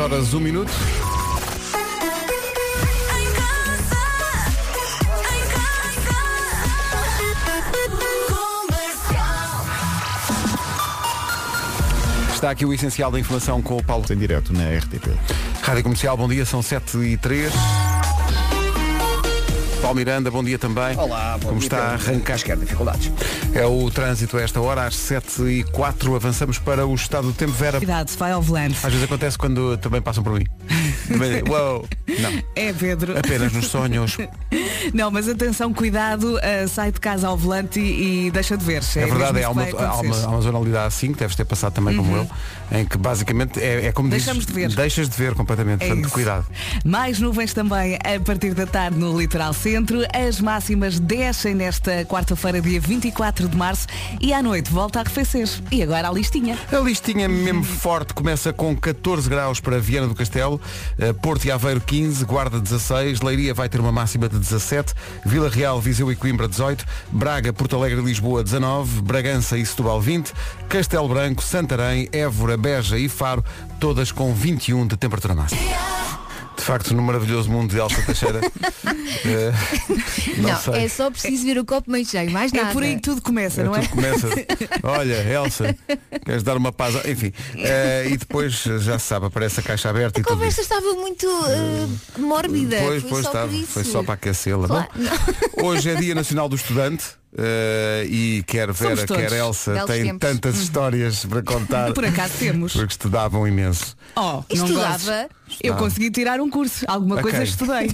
horas 1 minuto. Está aqui o essencial da informação com o Paulo em direto na RTP. Rádio Comercial, bom dia, são 7h03. Paulo Miranda, bom dia também. Olá, bom Como dia. está a arrancar? Quaisquer dificuldades. É o trânsito a esta hora, às 7h04, avançamos para o estado do tempo. Vera, Cuidado, vai ao volante. às vezes acontece quando também passam por mim. Uou. Não, É, Pedro. apenas nos sonhos. Não, mas atenção, cuidado, sai de casa ao volante e deixa de ver. É verdade, mesmo há isso que vai uma acontecer. zona ali da A5, deves ter passado também como eu, em que basicamente é como Deixamos dizes, de ver. deixas de ver completamente, É portanto isso. cuidado. Mais nuvens também a partir da tarde no litoral centro. As máximas descem nesta quarta-feira, dia 24 de março, e à noite volta a arrefecer. E agora a listinha. A listinha mesmo forte começa com 14 graus para Viana do Castelo, Porto e Aveiro 15, Guarda 16, Leiria vai ter uma máxima de 17, Vila Real, Viseu e Coimbra 18, Braga, Porto Alegre e Lisboa 19, Bragança e Setúbal 20, Castelo Branco, Santarém, Évora, Beja e Faro, todas com 21 de temperatura máxima. De facto, no maravilhoso mundo de Elsa Teixeira, não sei. É só preciso ver o copo meio cheio, mais nada. É por aí que tudo começa, não é? Tudo começa. Olha, Elsa, queres dar uma paz? Enfim. E depois, já se sabe, aparece a caixa aberta A e tudo conversa isso. estava muito mórbida. Pois foi só estava. por isso. Foi só para aquecê-la. Claro, Bom, hoje é Dia Nacional do Estudante. E quer Vera, Somos todos. quer Elsa, Belos têm tempos. tantas histórias para contar. Por acaso temos. Porque estudavam imenso. Oh, não Estudava. gozes. Eu consegui tirar um curso. Alguma coisa Ok. estudei.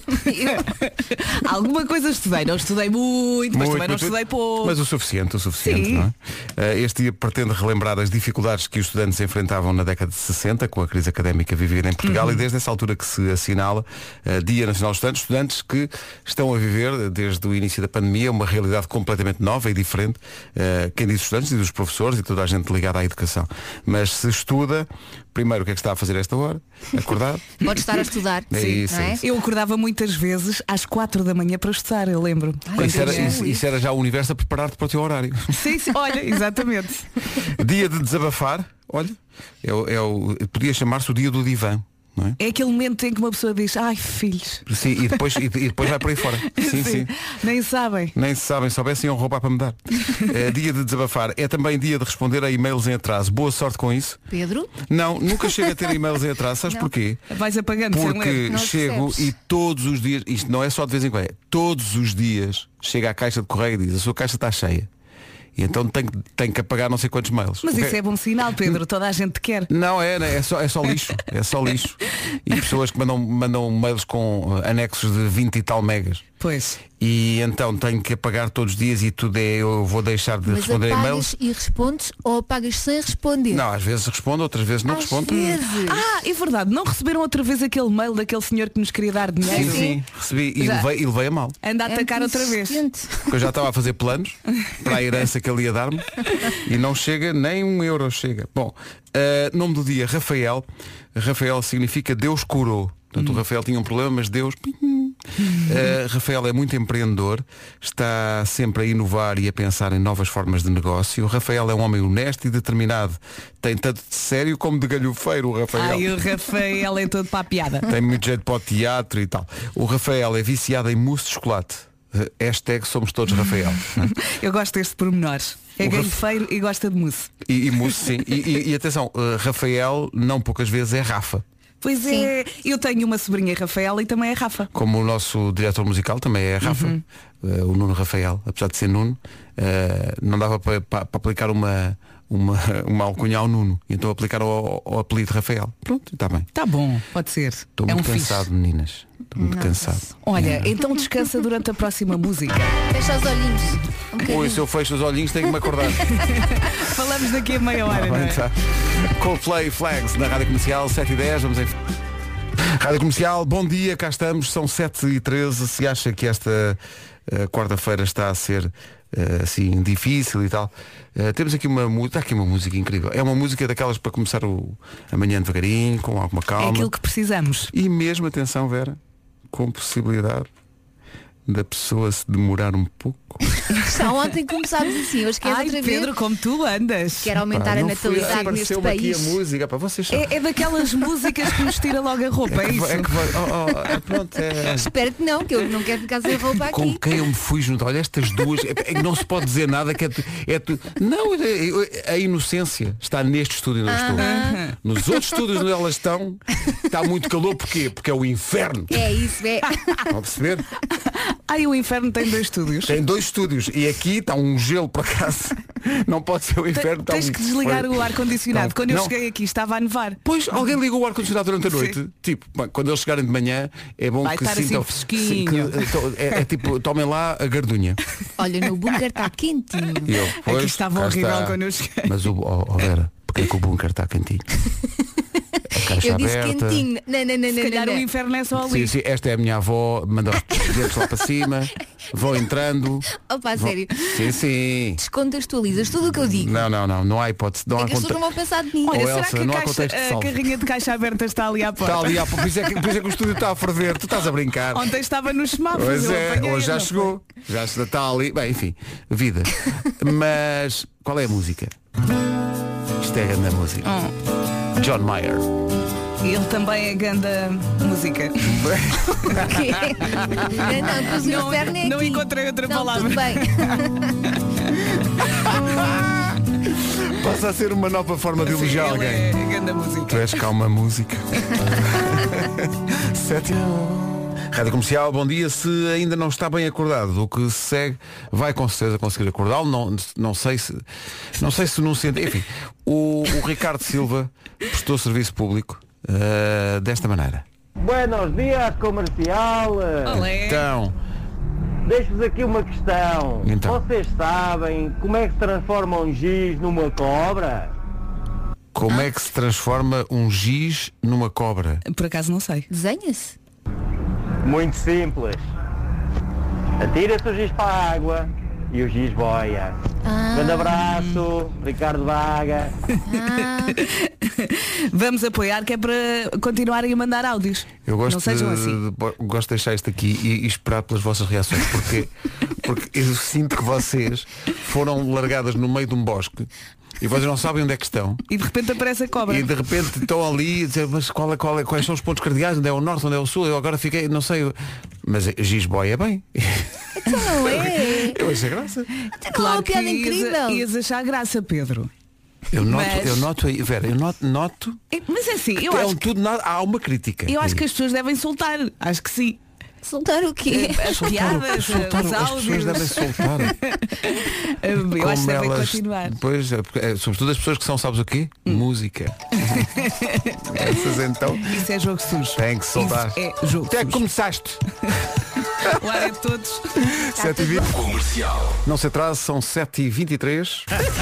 Alguma coisa estudei. Não estudei muito, mas também não estudei pouco. Mas o suficiente, Sim. não é? Este dia pretende relembrar as dificuldades que os estudantes enfrentavam na década de 60, com a crise académica vivida em Portugal, e desde essa altura que se assinala Dia Nacional dos Estudantes, estudantes que estão a viver, desde o início da pandemia, uma realidade completamente nova e diferente. Quem diz estudantes, diz os professores e toda a gente ligada à educação. Mas se estuda, primeiro o que é que está a fazer a esta hora? Acordado? Pode estar a estudar. É Sim, isso, não é é? isso. Eu acordava muitas vezes às 4 da manhã para estudar, eu lembro. Isso era já o universo a preparar-te para o teu horário. Sim, sim, olha, exatamente. Dia de desabafar, olha, podia chamar-se o dia do divã, não é? É aquele momento em que uma pessoa diz, ai filhos. Sim, e depois vai por aí fora. Sim. Nem sabem. Nem se sabem, soubessem iam roubar para me dar. É dia de desabafar. É também dia de responder a e-mails em atraso. Boa sorte com isso. Pedro? Não, nunca chego a ter e-mails em atraso. Sabes porquê? Vais apagando sem ler. Porque Não chego percebes. e todos os dias, isto não é só de vez em quando, é todos os dias chega à caixa de correio e diz, a sua caixa está cheia. E então tenho que apagar não sei quantos mails. Mas Ok? isso é bom sinal, Pedro. Toda a gente te quer. Não, é só lixo. É só lixo. E pessoas que mandam mails com anexos de 20 e tal megas. Pois. E então tenho que apagar todos os dias e tudo eu vou deixar de Mas responder apagas e-mails. e respondes ou apagas sem responder? Não, às vezes respondo, outras vezes não Às respondo. vezes. Ah, é verdade. Não receberam outra vez aquele mail daquele senhor que nos queria dar dinheiro? Sim, recebi e Já. levei a mal. Anda a atacar outra vez. insistente. Porque eu já estava a fazer planos para a herança que ele ia dar-me e não chega, nem €1 chega. Bom, nome do dia, Rafael. Rafael significa Deus curou. Portanto, o Rafael tinha um problema, mas Deus... Rafael é muito empreendedor, está sempre a inovar e a pensar em novas formas de negócio. O Rafael é um homem honesto e determinado. Tem tanto de sério como de galhofeiro, o Rafael. Ai, o Rafael é todo para a piada. Tem muito jeito para o teatro e tal. O Rafael é viciado em mousse de chocolate. Hashtag somos todos Rafael. Eu gosto deste pormenor. É O galhofeiro e gosta de mousse. E mousse, sim. E atenção, Rafael, não poucas vezes é Rafa. Pois é, eu tenho uma sobrinha Rafaela e também é Rafa. Como o nosso diretor musical também é Rafa, o Nuno Rafael, apesar de ser Nuno, não dava para aplicar uma alcunha ao Nuno, então aplicar ao apelido Rafael. Pronto, está bem. Tá bom, pode ser. Estou é muito um cansado, fixe. meninas. Estou muito cansado. Olha, então descansa durante a próxima música. Fecha os olhinhos. Ou se eu fecho os olhinhos tenho que me acordar. Falamos daqui a meia hora, não é? Tá. Coldplay Flags na Rádio Comercial, 7h10, vamos em... Rádio Comercial, bom dia, cá estamos, são 7h13. Se acha que esta quarta-feira está a ser assim difícil e tal, temos aqui uma música incrível. É uma música daquelas para começar a manhã devagarinho, com alguma calma. É aquilo que precisamos. E mesmo, atenção Vera, com possibilidade da pessoa se demorar um pouco. Já ontem começámos assim, hoje queres Ai, outra Pedro, vez? como tu andas. Quero aumentar a Não fui, natalidade neste apareceu-me aqui a país. música. Pá, vocês são... É daquelas músicas que nos tira logo a roupa, é isso? Pronto, é... Espero que não, que eu não quero ficar sem roupa Com aqui. quem eu me fui juntar? Olha, estas duas, é que não se pode dizer nada que Não, a inocência está neste estúdio onde eu estou. Nos outros estúdios onde elas estão, está muito calor, porquê? Porque é o inferno. É isso, é. Estão a perceber? Ai, o inferno tem 2 estúdios. Tem 2 estúdios e aqui está um gelo por acaso. Não pode ser o inferno. está Tens que desligar o ar-condicionado. Não, Quando eu não. cheguei aqui estava a nevar. Pois, alguém ligou o ar-condicionado durante a noite. Sim. Tipo, bem, quando eles chegarem de manhã, é bom Vai que estar assim sintam. fresquinho. É tipo, tomem lá a gardunha. Olha, no bunker está quentinho. E eu, pois, Aqui estava cá horrível está. quando eu cheguei. Mas Vera, porque é que o bunker está quentinho? A caixa Eu disse aberta. quentinho. Não, Se calhar o não. inferno é só Sim, ali. sim, esta é a minha avó, manda os dedos lá para cima, vão entrando. Opa, a sério. Sim, sim. Descontextualizas tudo o que eu digo. Não há hipótese. Não É há que as pessoas não vão pensar de mim. Oh, Olha, Elsa, será que não há a, contexto de a salvo. carrinha de caixa aberta está ali à porta? Está ali, por isso é que o estúdio está a ferver, tu estás a brincar. Ontem estava nos semáforos. Pois eu é, apanhei, hoje já não chegou. Já está ali. Bem, enfim, vida. Mas qual é a música? Isto é a grande música. John Mayer. foi? Ele também é ganda música. Não, pois o Não- inferno é não aqui. encontrei outra Não, palavra. Tudo bem. Passa a ser uma nova forma de elogiar Ele alguém. é ganda Tu música. és calma música. 7. Rádio Comercial, bom dia. Se ainda não está bem acordado do que se segue, vai com certeza conseguir acordá-lo. Não sei se não sente. Enfim, o Ricardo Silva prestou serviço público desta maneira. Buenos dias, comercial. Olé. Então, Deixo-vos aqui uma questão. Então. Vocês sabem como é que se transforma um giz numa cobra? como é que se transforma um giz numa cobra? Por acaso não sei. Desenha-se. Muito simples. Atira-se o giz para a água e o giz boia. Grande abraço, Ricardo Vaga. Vamos apoiar que é para continuarem a mandar áudios. Eu gosto Não sejam assim. gosto de deixar isto aqui e esperar pelas vossas reações, porque eu sinto que vocês foram largadas no meio de um bosque e vocês não sabem onde é que estão. E de repente aparece a cobra. E de repente estão ali a dizer, mas quais são os pontos cardeais? Onde é o norte, onde é o sul? Eu agora fiquei, não sei. Mas Gisboia é bem. Então não é. Eu achei graça. Claro, que piada ias, incrível. ias achar graça, Pedro. Eu Mas- noto aí, Vera, eu noto Mas é assim, eu que é acho, um tudo nada, há uma crítica. eu acho que as pessoas devem soltar. Acho que sim. Soltar o quê? As piadas, soltar, os as pessoas áudios. devem soltar. Eu acho que Como devem elas- continuar. Pois, sobretudo as pessoas que são, sabes o quê? Música. Essas então Isso é jogo sujo. têm que soltar. Isso é jogo Até que sujo. começaste. O ar é de todos. 7h20. Não se atrase, são 7h23.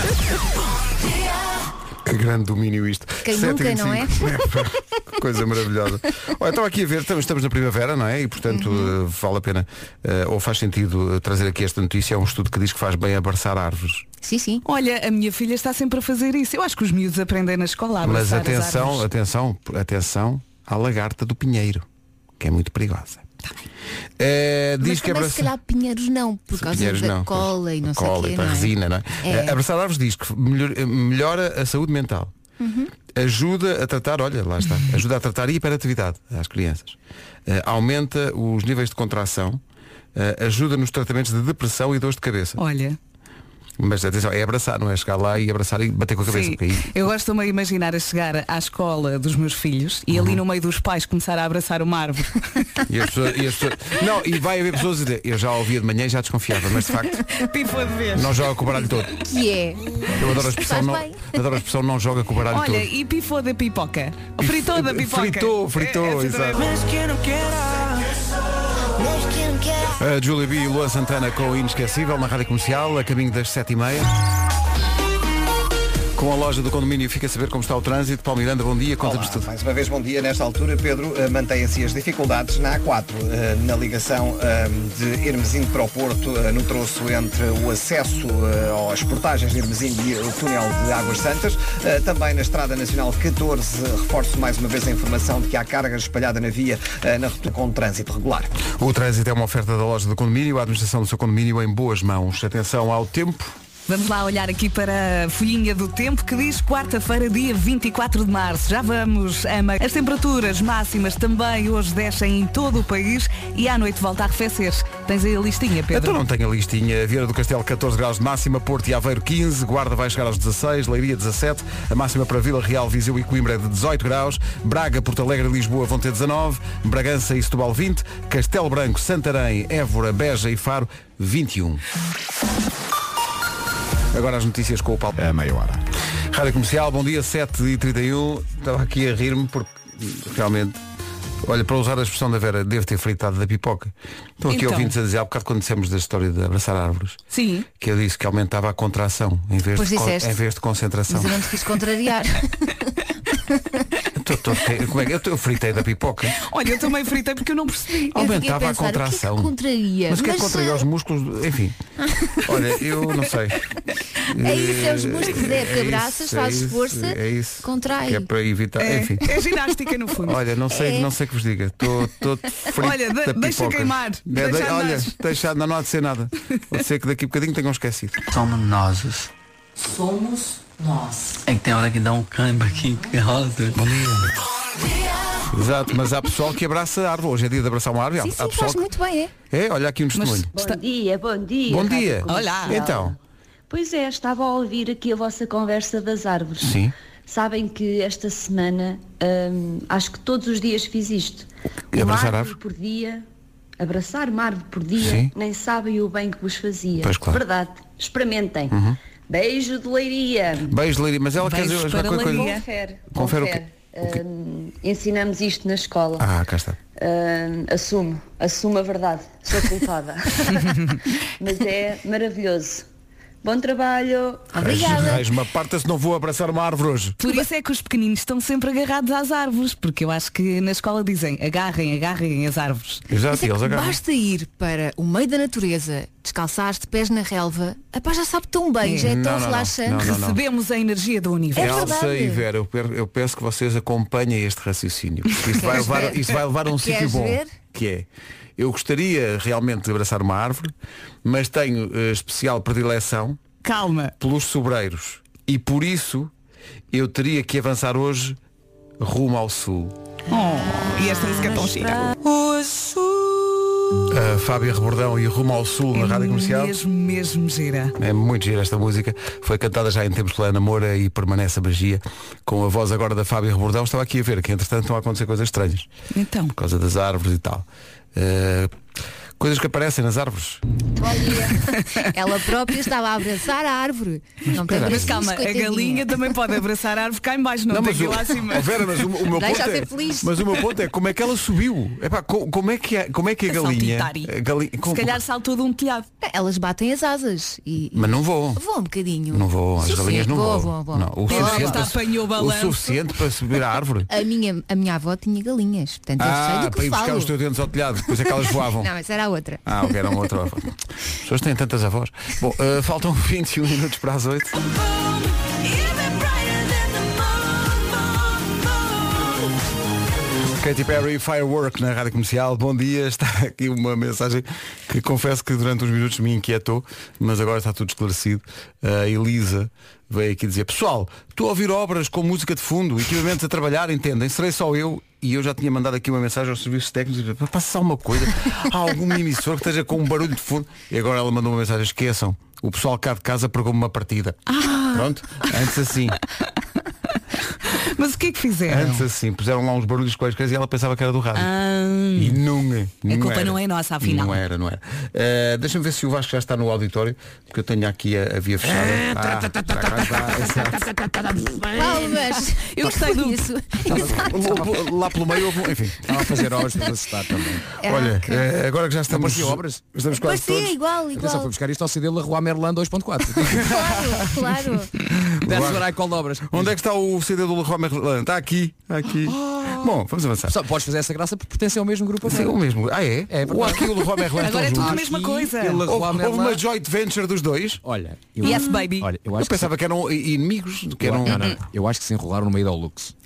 Que grande domínio isto. Quem nunca, 7h25. não é? Que coisa maravilhosa. Olha, estava aqui a ver, estamos na primavera, não é? E portanto vale a pena, ou faz sentido trazer aqui esta notícia. É um estudo que diz que faz bem abraçar árvores. Sim, sim. Olha, a minha filha está sempre a fazer isso. Eu acho que os miúdos aprendem na escola a Mas abraçar as árvores. atenção à lagarta do pinheiro, que é muito perigosa. Diz Mas que também se calhar pinheiros não, por causa Pinheiros da não, cola pois. e não sei Cola o quê, e para não é? resina, não é? É. Abraçar árvores diz que melhora a saúde mental. Ajuda a tratar, olha, lá está, ajuda a tratar a hiperatividade às crianças. Aumenta os níveis de contração, ajuda nos tratamentos de depressão e dores de cabeça. Olha, Mas atenção, é abraçar, não é chegar lá e abraçar e bater com a cabeça. sim, Porque aí, eu gosto-me a imaginar a chegar à escola dos meus filhos e ali no meio dos pais começar a abraçar uma árvore. e as pessoas. Não, e vai haver pessoas a dizer, eu já a ouvia de manhã e já desconfiava, mas de facto Pifou de vez. não joga com o baralho todo. Que é? Eu adoro a expressão, Faz não, bem. adoro a expressão não joga com o baralho Olha, todo. e pifou da pipoca. Fritou da pipoca. Fritou, Essa exato. também A Julia B e Luan Santana com o Inesquecível na Rádio Comercial, a caminho das 7h30. Com a loja do condomínio fica a saber como está o trânsito. Paulo Miranda, bom dia, conta-nos tudo. Mais uma vez bom dia. Nesta altura, Pedro, mantém-se as dificuldades na A4, na ligação de Hermesinde para o Porto, no troço entre o acesso às portagens de Hermesinde e o túnel de Águas Santas. Também na Estrada Nacional 14, reforço mais uma vez a informação de que há carga espalhada na via na rota com trânsito regular. O trânsito é uma oferta da loja do condomínio, a administração do seu condomínio em boas mãos. Atenção ao tempo. Vamos lá olhar aqui para a folhinha do tempo que diz quarta-feira, dia 24 de março. Já vamos, Ama. As temperaturas máximas também hoje descem em todo o país e à noite volta a arrefecer. Tens aí a listinha, Pedro? Então não tenho a listinha. Vieira do Castelo 14 graus de máxima, Porto e Aveiro 15, Guarda vai chegar aos 16, Leiria 17, a máxima para Vila Real, Viseu e Coimbra é de 18 graus, Braga, Porto Alegre e Lisboa vão ter 19, Bragança e Setúbal 20, Castelo Branco, Santarém, Évora, Beja e Faro 21. Agora as notícias com o Paulo. É meia hora. Rádio Comercial, bom dia, 7h31. Estava aqui a rir-me porque realmente, olha, para usar a expressão da Vera, devo ter fritado da pipoca. Estão aqui Então. ouvintes a dizer, há bocado quando dissemos da história de abraçar árvores, Sim. que eu disse que aumentava a contração em vez, Pois de, disseste. em vez de concentração. Mas eu não te quis contrariar. Como é que eu fritei da pipoca? Olha, eu também fritei porque eu não percebi. Eu fiquei Aumentava a pensar, contração. O que é que contraria? Mas o que é que contraía os músculos? Enfim. Olha, eu não sei. É isso, é os músculos, é que abraças, fazes força, é isso. contrai. Que é para evitar. Enfim. É ginástica no fundo. Olha, não sei que vos diga. Estou frito. Olha, da deixa pipoca. queimar, Olha, deixa andar. não há de ser nada. Pode ser que daqui a bocadinho tenham esquecido. Somos nós. Somos nós. É que tem hora que dá um câmbio aqui que roda. Bom dia. Exato, mas há pessoal que abraça a árvore. Hoje é dia de abraçar uma árvore. Sim, Há sim, pessoal faz muito bem, é? É, olha aqui um testemunho. Está- Bom dia, bom dia. Bom Rádio dia. Comercial. Olá. Então. Pois é, estava a ouvir aqui a vossa conversa das árvores. Sim. Sabem que esta semana, acho que todos os dias fiz isto. Abraçar Uma árvore? por dia, abraçar uma árvore por dia, Sim. nem sabem o bem que vos fazia. Pois, claro. Uhum. Verdade, experimentem. Beijo de Leiria. Beijo, Lídia. Mas ela quer Beijos dizer para qualquer coisa. Leiria. Confere. Confere o quê? Ensinamos isto na escola. Ah, cá está. Assumo a verdade, sou culpada. Mas é maravilhoso. Bom trabalho. Obrigada. Raios, uma parte se não vou abraçar uma árvore hoje. Por isso é que os pequeninos estão sempre agarrados às árvores, porque eu acho que na escola dizem agarrem as árvores. Exato, Mas é e eles que agarram. basta ir para o meio da natureza, descalçar-te, pés na relva, apá, já sabe tão bem, já é tão Não, relaxante. não. Recebemos a energia do universo. É Elsa verdade. e Vera, eu peço que vocês acompanhem este raciocínio. Porque isto vai levar a um sítio Queres bom. ver? Que é, eu gostaria realmente de abraçar uma árvore, mas tenho especial predileção Calma. pelos sobreiros. E por isso eu teria que avançar hoje rumo ao sul. E esta música é tão gira. A Fábia Rebordão e Rumo ao Sul na Rádio Comercial. Mesmo gira. É muito gira esta música. Foi cantada já em tempos pela Ana Moura e permanece a magia. Com a voz agora da Fábia Rebordão. Estava aqui a ver que entretanto estão a acontecer coisas estranhas. Então. Por causa das árvores e tal. Coisas que aparecem nas árvores. Ela própria estava a abraçar a árvore. Não tem Mas bracinhos, calma, a coitadinha. galinha também pode abraçar a árvore cá em baixo, não, tem mas que ir lá acima. Vera, mas o meu Deixa ponto ser é, feliz. mas o meu ponto é como é que ela subiu. Epá, como é que a galinha, Saltitar. a galinha Se calhar saltou de um telhado. Elas batem as asas e mas não vou. voam um bocadinho. Não vou, as Sim, galinhas sim, não voam, vão. voam. Não, o Pedro, suficiente, esta apanhou o o balanço. suficiente para subir à árvore. A minha avó tinha galinhas, portanto eu sei do Para que ir buscar falo. os teus dentes ao telhado, depois é que elas voavam. Não, mas era a outra. Ok, era uma outra avó. As pessoas têm tantas avós. Bom, faltam 21 minutos para as 8. Katy Perry, Firework na Rádio Comercial. Bom dia, está aqui uma mensagem que confesso que durante uns minutos me inquietou, mas agora está tudo esclarecido. A Elisa veio aqui dizer: pessoal, estou a ouvir obras com música de fundo, equipamentos a trabalhar, entendem? Serei só eu. E eu já tinha mandado aqui uma mensagem aos serviços técnicos para passar uma coisa. Há algum emissor que esteja com um barulho de fundo. E agora ela mandou uma mensagem: esqueçam, o pessoal cá de casa pegou-me uma partida. Pronto, antes assim. Mas o que é que fizeram? Antes assim, puseram lá uns barulhos quaisquer e ela pensava que era do rádio. E A culpa não é nossa, afinal. Não era. Deixa-me ver se o Vasco já está no auditório, porque eu tenho aqui a via fechada. Palmas! Eu gostei do... isso. Lá pelo meio houve, enfim. Estava a fazer obras para assustar também. Olha, agora que já estamos. Parecia obras? Estamos quase Parecia todos. igual. Atenção, fui buscar isto ao CD Leroy Merlin 2.4. Claro. That's what I call obras. Onde é que está o CD do Leroy Merlin? Está aqui. Bom, vamos avançar. Só podes fazer essa graça porque pertence ao mesmo grupo. Sim, o mesmo. É? É Ou aqui o Leroy Merlin Agora é estão tudo a juntos? mesma coisa. Houve uma joint venture dos dois? Olha, Yes, baby. Olha, eu Eu acho pensava que eram inimigos. Que eram... Não. Eu acho que se enrolaram no meio do Lux.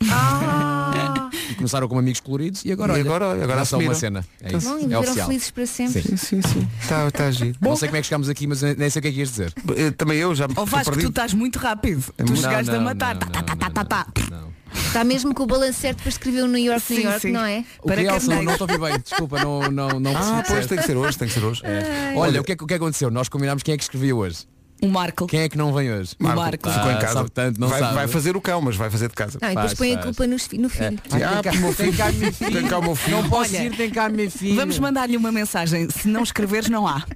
E começaram como amigos coloridos e agora agora é só uma assumiram. cena. É isso. Bom, e É viveram oficial. felizes para sempre. Sim. Está a giro. Não sei como é que chegámos aqui, mas nem sei o que é que ias dizer. Também eu já me Ó Vasco, tu estás muito rápido. Tu chegaste a matar. Não. Está mesmo com o balanço certo para escrever o New York, Sim, New York, sim. não é? O que Para é, Elsa? Não carneiros. te ouvi bem. Desculpa, não Pois percebi. tem que ser hoje. Olha, o que é que aconteceu? Nós combinámos quem é que escrevia hoje. O Marco. Quem é que não vem hoje? Marco. Ficou em casa. Sabe tanto, não vai, sabe. vai fazer o cão, mas vai fazer de casa. Não, e depois Faz, põe a faz. culpa no filho. Tem cá o meu filho. Não posso Olha, ir, tem cá a minha filha. Vamos mandar-lhe uma mensagem. Se não escreveres, não há.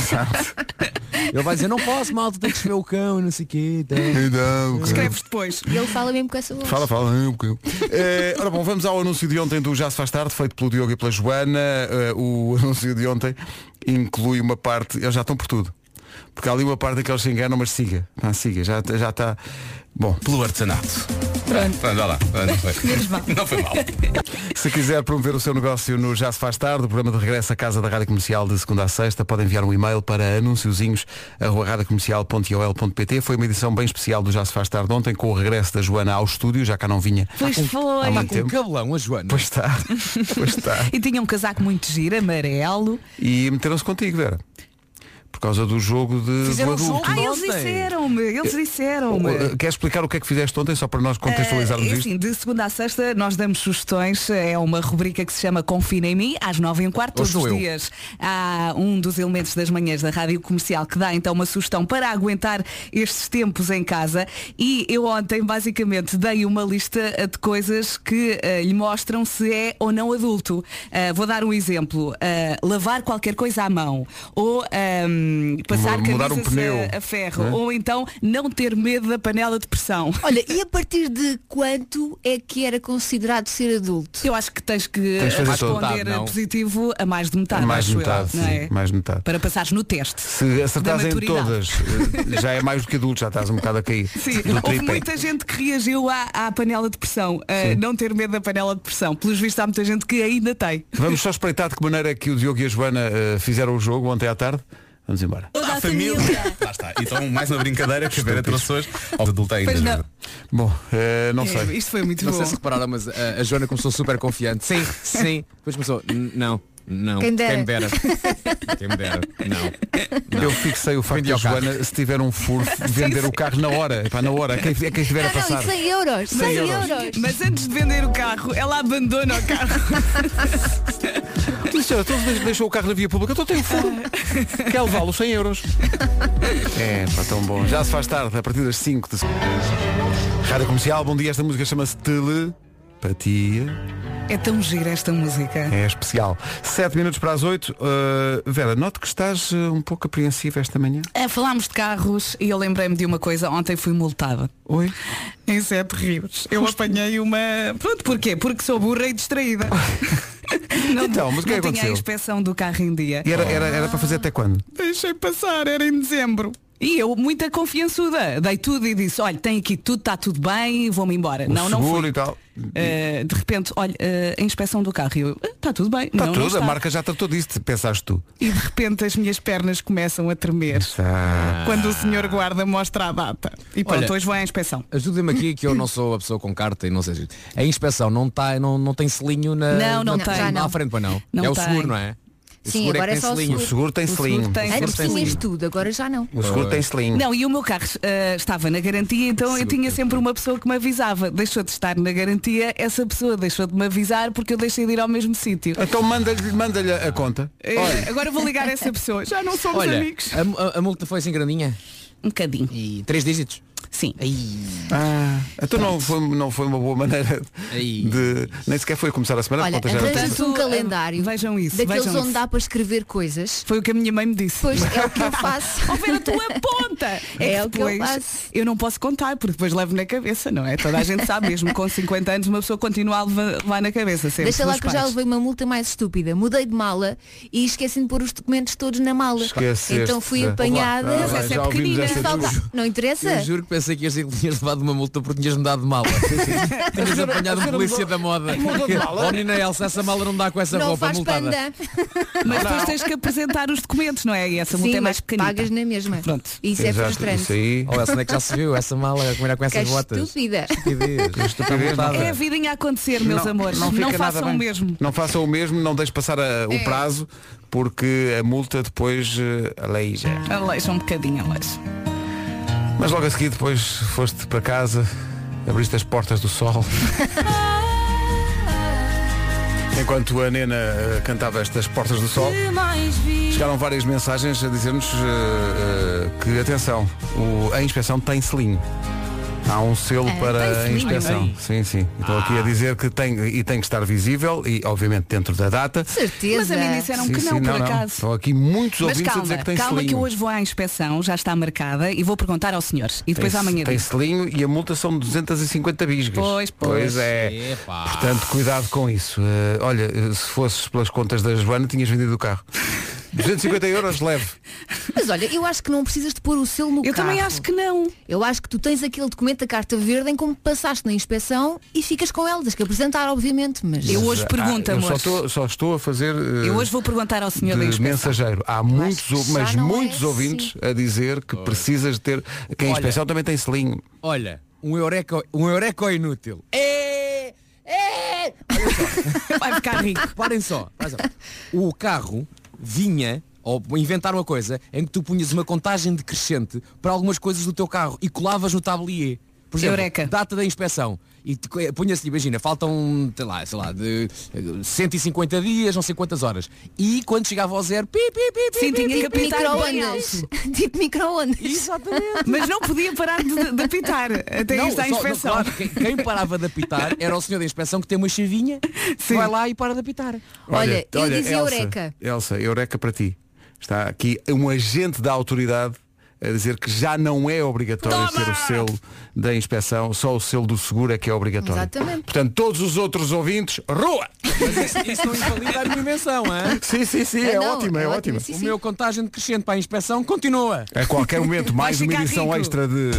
Ele vai dizer, não posso, malta, tem que escrever o cão, não sei o quê. Não, Escreves depois. E ele fala mesmo com essa voz. Fala. Ora bom, vamos ao anúncio de ontem do Já se faz tarde, feito pelo Diogo e pela Joana. O anúncio de ontem inclui uma parte, eles já estão por tudo. Porque há ali uma parte em que eles se enganam, mas siga, já está. Bom, Pelo artesanato. Pronto, olha lá. Não foi mal. se quiser promover o seu negócio no Já se faz tarde, o programa de regresso à casa da Rádio Comercial de segunda a sexta, pode enviar um e-mail para anunciozinhos@radiocomercial.ol.pt. Foi uma edição bem especial do Já se faz tarde ontem, com o regresso da Joana ao estúdio, já cá não vinha Pois foi. há muito Com um tempo. cabelão, a Joana. Pois está. E tinha um casaco muito giro, amarelo. E meteram-se contigo, Vera. Por causa do jogo do Fizeram adulto. jogo? Eles Ontem. disseram-me. Queres explicar o que é que fizeste ontem, só para nós contextualizarmos É isto? assim, de segunda a sexta nós damos sugestões. É uma rubrica que se chama Confina em Mim, às 9h15, todos sou os eu. dias. Há um dos elementos das manhãs da Rádio Comercial que dá então uma sugestão para aguentar estes tempos em casa. E eu ontem basicamente dei uma lista de coisas que lhe mostram se é ou não adulto. Vou dar um exemplo. Lavar qualquer coisa à mão. Ou passar Mudar um camisas pneu, a ferro. né? Ou então não ter medo da panela de pressão. Olha, e a partir de quanto é que era considerado ser adulto? Eu acho que tens que Tens de fazer responder metade, não? positivo a mais de metade, Mais de acho metade, eu, não sim, é? mais de metade. Para passares no teste. Se acertares Da em maturidade. todas, já é mais do que adulto, já estás um bocado a cair. Sim, do houve tripé. muita gente que reagiu à panela de pressão. Não ter medo da panela de pressão. Pelos vistos há muita gente que ainda tem. Vamos só espreitar de que maneira é que o Diogo e a Joana fizeram o jogo ontem à tarde. Vamos embora. Toda a família. Lá está. Então, mais uma brincadeira que a Vera trouxe hoje ao adulto ainda. Pois não. Bom, não sei. Isto foi muito Não bom. sei se repararam, mas a Joana começou super confiante. Sim. Depois começou, não. Quem dera. Quem me dera. Não. Eu fixei o facto Vendi de a ao carro. Joana, se tiver um furo, vender o carro na hora. Epá, na hora. Quem estiver a Não, passar. e 100 euros. 100 euros. Mas antes de vender o carro, ela abandona o carro. Disse, então deixou o carro na via pública, então tem um furo. Quer levá-lo 100 euros. Pá, tão bom. Já se faz tarde, a partir das 5 de Rádio Comercial, bom dia, esta música chama-se Telepatia. É tão gira esta música. É especial. 7 minutos para as 8. Vera, noto que estás um pouco apreensiva esta manhã. Falámos de carros e eu lembrei-me de uma coisa. Ontem fui multada. Oi? Em 7 rios. Eu apanhei uma... Pronto, porquê? Porque sou burra e distraída. Então, mas o que é que não tinha a aconteceu? inspeção do carro em dia. E era para fazer até quando? Deixei passar, era em dezembro. E eu, muita confiançuda, dei tudo e disse, olha, tem aqui tudo, está tudo bem, vou-me embora. O não seguro fui. e tal. De repente, olha, a inspeção do carro. E eu, está tudo bem. Está não, tudo, não está. a marca já tratou disso, pensaste tu. E de repente as minhas pernas começam a tremer. Quando o senhor guarda mostra a data. E pronto, Olha, hoje vou à inspeção. Ajuda-me aqui que eu não sou a pessoa com carta e não sei. A inspeção não tem selinho Não tem. Já não. à frente, para não. Não é o tem. seguro, não é? O Sim, seguro agora é é que tem só o selinho. O seguro tem selinho. tem Antes selinho. tinhas tudo, agora já não. O seguro tem selinho. Não, e o meu carro estava na garantia, então eu tinha sempre uma pessoa que me avisava. Deixou de estar na garantia, essa pessoa deixou de me avisar porque eu deixei de ir ao mesmo sítio. Então manda-lhe a conta. Agora vou ligar a essa pessoa. Já não somos Olha, amigos. a multa foi assim grandinha? Um bocadinho. E 3 dígitos? Sim. Então não foi uma boa maneira de... Nem sequer foi começar a semana. Olha, arranja-se um calendário vejam isso, daqueles vejam onde isso. dá para escrever coisas. Foi o que a minha mãe me disse. Pois é o que eu faço. Ao ver a tua ponta. É o que eu faço. Eu não posso contar, porque depois levo na cabeça, não é? Toda a gente sabe, mesmo com 50 anos, uma pessoa continua a levar na cabeça sempre. Deixa lá que eu já levei uma multa mais estúpida. Mudei de mala e esqueci de pôr os documentos todos na mala. Então fui apanhada. Mas essa é pequenina. Não interessa? Eu juro que pensei que tinhas levado uma multa porque tinhas mudado de mala. Tinhas apanhado um polícia da moda. Oh, Nina Elsa, essa mala não dá com essa roupa faz multada. panda. Mas depois tens que apresentar os documentos, não é? E essa multa Sim, é mais mas pequenina. pagas na mesma. Pronto. Isso é frustrante. Isso aí. Oh, essa não é que já se viu, essa mala, como era com essas Que botas. estúpida. Estupidez. É a vidinha a acontecer, meus amores. Não fica nada façam bem. o mesmo. Não façam o mesmo, não deixe passar o prazo, porque a multa depois aleija. Aleija um bocadinho, aleija. Mas logo a seguir depois foste para casa, abriste as portas do sol. Enquanto a Nena cantava estas portas do sol, chegaram várias mensagens a dizer-nos que, atenção, a inspeção tem selinho. Há um selo para a inspeção. Sim. Estou aqui a dizer que tem que estar visível e, obviamente, dentro da data. Certeza. Mas a mim disseram que não, por acaso. Estão aqui muitos Mas ouvintes a dizer que tem calma selinho. que eu hoje vou à inspeção, já está marcada e vou perguntar ao senhor. E depois amanhã tem digo. selinho e a multa são 250 bisgas. Pois é. Epa. Portanto, cuidado com isso. Olha, se fosses pelas contas da Joana, tinhas vendido o carro. 250 euros leve. Mas olha, eu acho que não precisas de pôr o selo no carro. Eu também acho que não. Eu acho que tu tens aquele documento da carta verde em como passaste na inspeção e ficas com ela. Tens que apresentar, obviamente. Mas Eu hoje pergunto, eu amor. só estou a fazer Eu hoje vou perguntar ao senhor da de inspeção. mensageiro. Há muitos ouvintes a dizer que precisas de ter. Que a inspeção também tem selinho. Olha, um eureka inútil. Olha só. Vai ficar rico. Parem só. O carro vinha, ou inventaram a coisa, em que tu punhas uma contagem decrescente para algumas coisas do teu carro e colavas no tablier. Por exemplo, Eureka. data da inspeção. E punha-se, imagina, faltam, sei lá, de 150 dias, não sei quantas horas. E quando chegava ao zero, Sim, tinha que tipo apitar bem micro-ondas. alto. Tipo micro-ondas. Exatamente. Mas não podia parar de apitar até isto à inspeção. Claro, quem parava de apitar era o senhor da inspeção que tem uma chavinha, vai lá e para de apitar. Olha, eu dizia Elsa, eureka. Elsa, eureka para ti. Está aqui um agente da autoridade a dizer que já não é obrigatório ter o selo da inspeção, só o selo do seguro é que é obrigatório. Exatamente. Portanto, todos os outros ouvintes, rua! Mas isso não invalida a minha invenção, hein? Sim, é Não, ótima, é ótima. sim, O sim. meu contagem decrescente para a inspeção continua. A qualquer momento, mais uma ficar edição rico. extra de...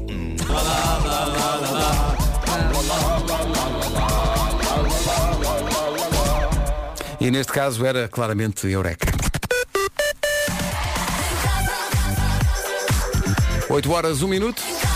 E neste caso era claramente eureka. 8h01.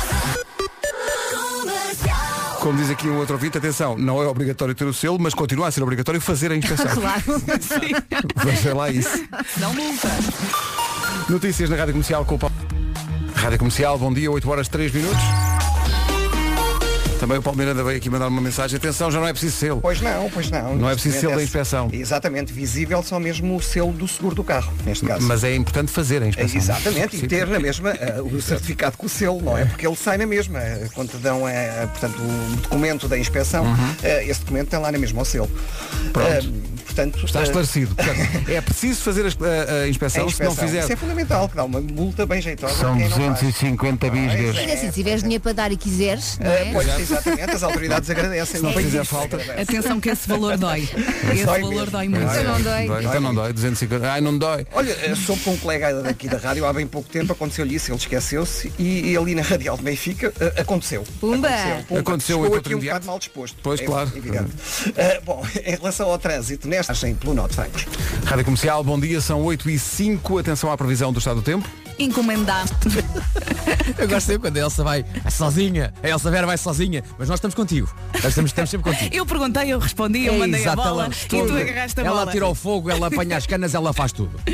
Como diz aqui um outro ouvinte, atenção, não é obrigatório ter o selo, mas continua a ser obrigatório fazer a inspeção. Claro. Veja lá isso. Não multa. Notícias na Rádio Comercial com o Paulo. Rádio Comercial, bom dia, 8h03. Também o Paulo Miranda veio aqui mandar uma mensagem. Atenção, já não é preciso selo. Pois não. Não é preciso selo da inspeção. Exatamente, visível só mesmo o selo do seguro do carro, neste caso. Mas é importante fazer a inspeção. Exatamente, Sim. e ter na mesma o certificado com o selo, não é? Porque ele sai na mesma. Quando te dão portanto, o documento da inspeção, esse documento tem lá na mesma o selo. Pronto. Portanto, Está esclarecido. Portanto, é preciso fazer a inspeção, se não fizer. Isso é fundamental, que dá uma multa bem jeitosa. São a quem não faz. 250 bisgas. Ainda assim, se tiveres dinheiro para dar e quiseres, não é? Pois, exatamente, as autoridades agradecem. Se não Bem fizer visto, falta. agradecem. Atenção que esse valor dói. Esse Dói valor mesmo. dói muito. Então não dói. Então não dói, 250. Ai, não dói. Olha, soube com um colega daqui da rádio há bem pouco tempo, aconteceu-lhe isso, ele esqueceu-se e ali na Radial de Benfica aconteceu. Pumba! Aconteceu Chegou em aqui um Imediato. bocado mal disposto. Pois, claro. Evidente. Bom, em relação ao trânsito, nesta pelo Norte Vamos. Rádio Comercial, bom dia, são 8h05. Atenção à previsão do estado do tempo. Encomendar. Eu gosto sempre quando a Elsa vai sozinha. A Elsa Vera vai sozinha. Mas nós estamos contigo. Nós estamos sempre contigo. Eu perguntei, eu respondi, eu mandei a bola e tu agarraste a bola. Ela tira o fogo, ela apanha as canas, ela faz tudo.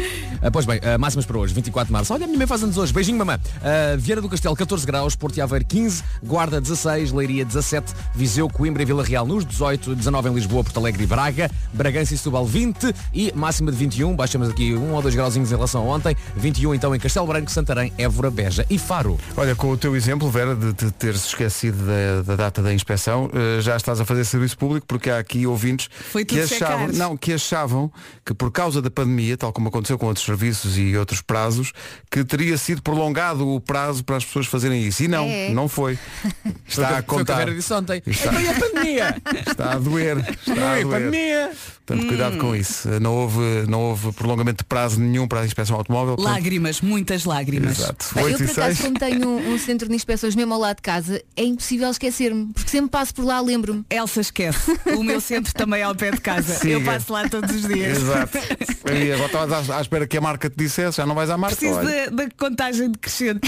Pois bem, máximas para hoje, 24 de março. Olha, a minha mãe faz anos hoje. Beijinho, mamãe. Viana do Castelo, 14 graus. Porto e Aveiro, 15. Guarda, 16. Leiria, 17. Viseu, Coimbra e Vila Real nos 18. 19 em Lisboa, Porto Alegre e Braga. Bragança e Setúbal, 20. E máxima de 21. Baixamos aqui 1 ou 2 grauzinhos em relação a ontem. 21 então em Castelo Branco, Santarém, Évora, Beja e Faro. Olha, com o teu exemplo, Vera, de teres esquecido da data da inspeção, já estás a fazer serviço público, porque há aqui ouvintes que achavam que por causa da pandemia, tal como aconteceu com outros serviços e outros prazos, que teria sido prolongado o prazo para as pessoas fazerem isso. E não foi. Está a contar. Foi o que a disse ontem. Está a pandemia. Está a doer. Está a doer. Pandemia. Portanto, cuidado com isso. Não houve prolongamento de prazo nenhum para a inspeção automóvel. Lágrimas, muitas lágrimas. Exato. Eu, por acaso, como tenho um centro de inspeções mesmo ao lado de casa, é impossível esquecer-me, porque sempre passo por lá, lembro-me. Elsa esquece. O meu centro também é ao pé de casa. Siga. Eu passo lá todos os dias. Exato. E agora estavas à espera que a marca te dissesse, já não vais à marca. Preciso da contagem decrescente.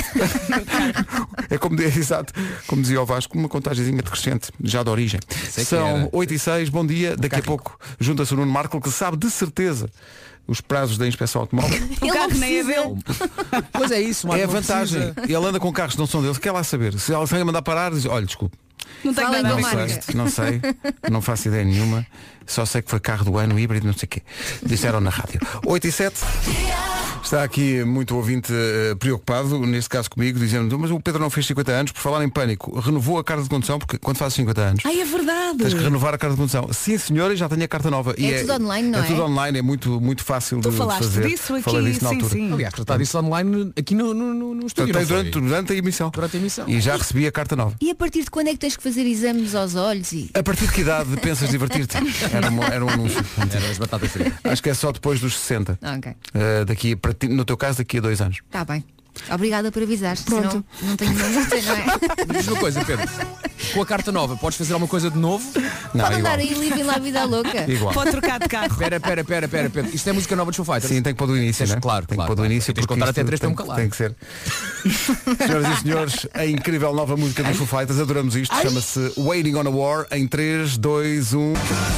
É como, exato, como dizia o Vasco, uma contagemzinha decrescente, já de origem. São 8h06, bom dia. Daqui a pouco junta-se o Nuno Marco, que sabe de certeza os prazos da inspeção automóvel. O carro nem é dele. Pois é isso, é a vantagem. Ele anda com carros que não são deles, quer lá saber. Se alguém mandar parar, diz, olha, desculpe. Não tenho nada a ver. Não sei, não faço ideia nenhuma. Só sei que foi carro do ano, híbrido, não sei o quê. Disseram na rádio. 8h07. Está aqui muito ouvinte preocupado, neste caso comigo, dizendo, mas o Pedro não fez 50 anos, por falar em pânico, renovou a carta de condução, porque quando fazes 50 anos... Ai, é verdade! Tens que renovar a carta de condução. Sim, senhora, já tenho a carta nova. É tudo online, não é? É tudo online, é muito, muito fácil de fazer. Tu falaste disso aqui, falei disso na altura. Sim. Aliás, tratar disso online aqui no estúdio. Durante a emissão. Durante a emissão. E já recebi a carta nova. E a partir de quando é que tens que fazer exames aos olhos? A partir de que idade pensas divertir-te? Era um anúncio. Era as batatas fritas. Acho que é só depois dos 60. Ok. No teu caso, daqui a 2 anos. Está bem. Obrigada por avisar, senão não tenho não é? Diz uma coisa, Pedro. Com a carta nova, podes fazer alguma coisa de novo? Não, pode andar aí livre lá a vida louca. Igual. Pode trocar de carro. Pera, Pedro. Isto é música nova dos Foo Fighters? Sim, tem que pôr do início, né? Claro, tem que pôr do início. Tens que contar até 3 para um calar. Tem que ser. Senhoras e senhores, a incrível nova música dos Foo Fighters, adoramos isto. Chama-se Waiting on a War, em 3, 2, 1...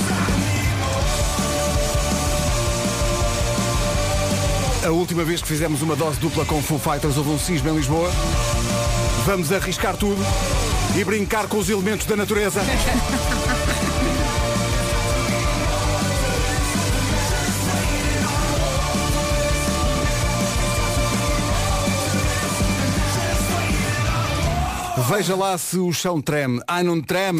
A última vez que fizemos uma dose dupla com Foo Fighters houve um cisma em Lisboa. Vamos arriscar tudo e brincar com os elementos da natureza. Veja lá se o chão treme. Ai, não treme.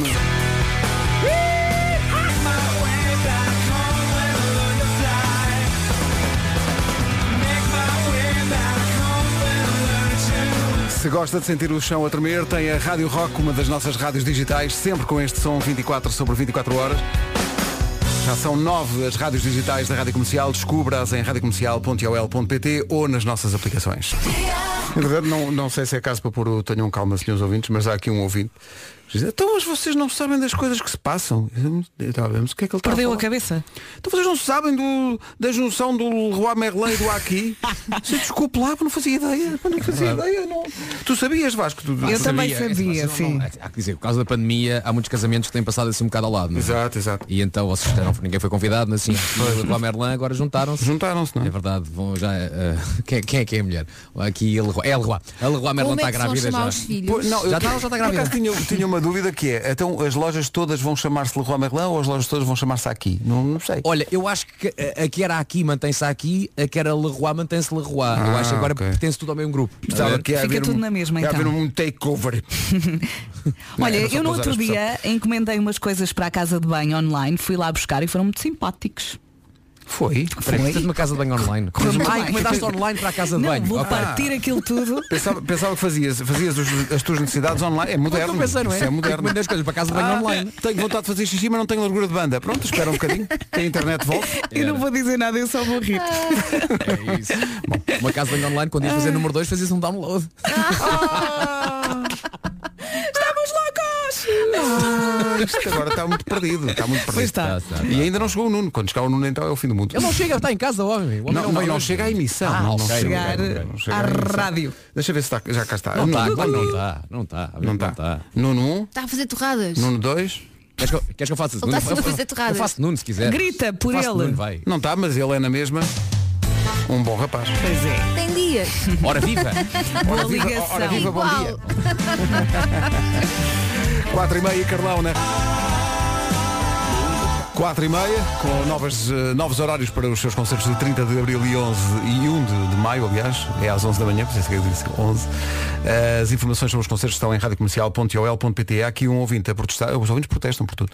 Se gosta de sentir o chão a tremer, tem a Rádio Rock, uma das nossas rádios digitais, sempre com este som 24/24 horas. Já são 9 as rádios digitais da Rádio Comercial. Descubra-as em radiocomercial.ol.pt ou nas nossas aplicações. Na verdade, não sei se é caso para pôr tenham calma, senhores ouvintes, mas há aqui um ouvinte. Então, mas vocês não sabem das coisas que se passam. Vemos o que é que ele perdeu a cabeça. Então vocês não sabem da junção do Leroy Merlin e do Aqui. Desculpe lá, não fazia ideia. Não. Tu sabias, Vasco? Eu também sabia, sim. Há que dizer, por causa da pandemia, há muitos casamentos que têm passado assim um bocado ao lado. Não é? Exato. E então vocês ninguém foi convidado, assim, o Leroy Merlin agora juntaram-se. Não é? É verdade, vão já. Quem é que é a mulher? Aqui é a Leroy. A Leroy Merlin está grávida já. Já está grávida. Tinha uma dúvida que é, então as lojas todas vão chamar-se Leroy Merlin ou as lojas todas vão chamar-se Aqui? Não sei. Olha, eu acho que a que era Aqui mantém-se Aqui, a que era Leroy mantém-se Leroy. Eu acho que agora pertence tudo ao mesmo grupo. Fica tudo na mesma, então. haver um takeover. Olha, eu no outro dia encomendei umas coisas para a casa de banho online, fui lá buscar e foram muito simpáticos. Foi? Precisas de uma casa de banho online. Encomendaste online para a casa de banho. Vou partir aquilo tudo. Pensava que fazias as tuas necessidades online. É moderno. Não é? É moderno. As coisas para a casa de banho online. Tenho vontade de fazer xixi, mas não tenho largura de banda. Pronto, espera um bocadinho. Que a internet volta. Eu não vou dizer nada, eu só vou rir. É isso. Bom, uma casa de banho online, quando ias fazer número 2, fazias um download. Estamos loucos! Isto agora está muito perdido. Está. E ainda não chegou o Nuno. Quando chegar o Nuno, então é o fim do mundo. Ele não chega, está em casa, o homem. Não chega à emissão. Não chegar à rádio. Deixa ver se está, já cá está. Não está. Nuno 1. Está a fazer torradas. Nuno 2. Queres que eu faça? Ele está a fazer torradas. Eu faço Nuno se quiser. Grita por ele. Nuno, vai. Não está, mas ele é na mesma. Um bom rapaz. Pois é. Tem dias. Ora viva! Boa ligação. Ora viva, bom dia. 4h30, Carlão, né? 4h30, com novos horários para os seus concertos de 30 de Abril e 11 e 1 de Maio, aliás, é às 11 da manhã, por isso é que eu disse 11. As informações sobre os concertos estão em radiocomercial.ol.pt. Há aqui um ouvinte a protestar, os ouvintes protestam por tudo.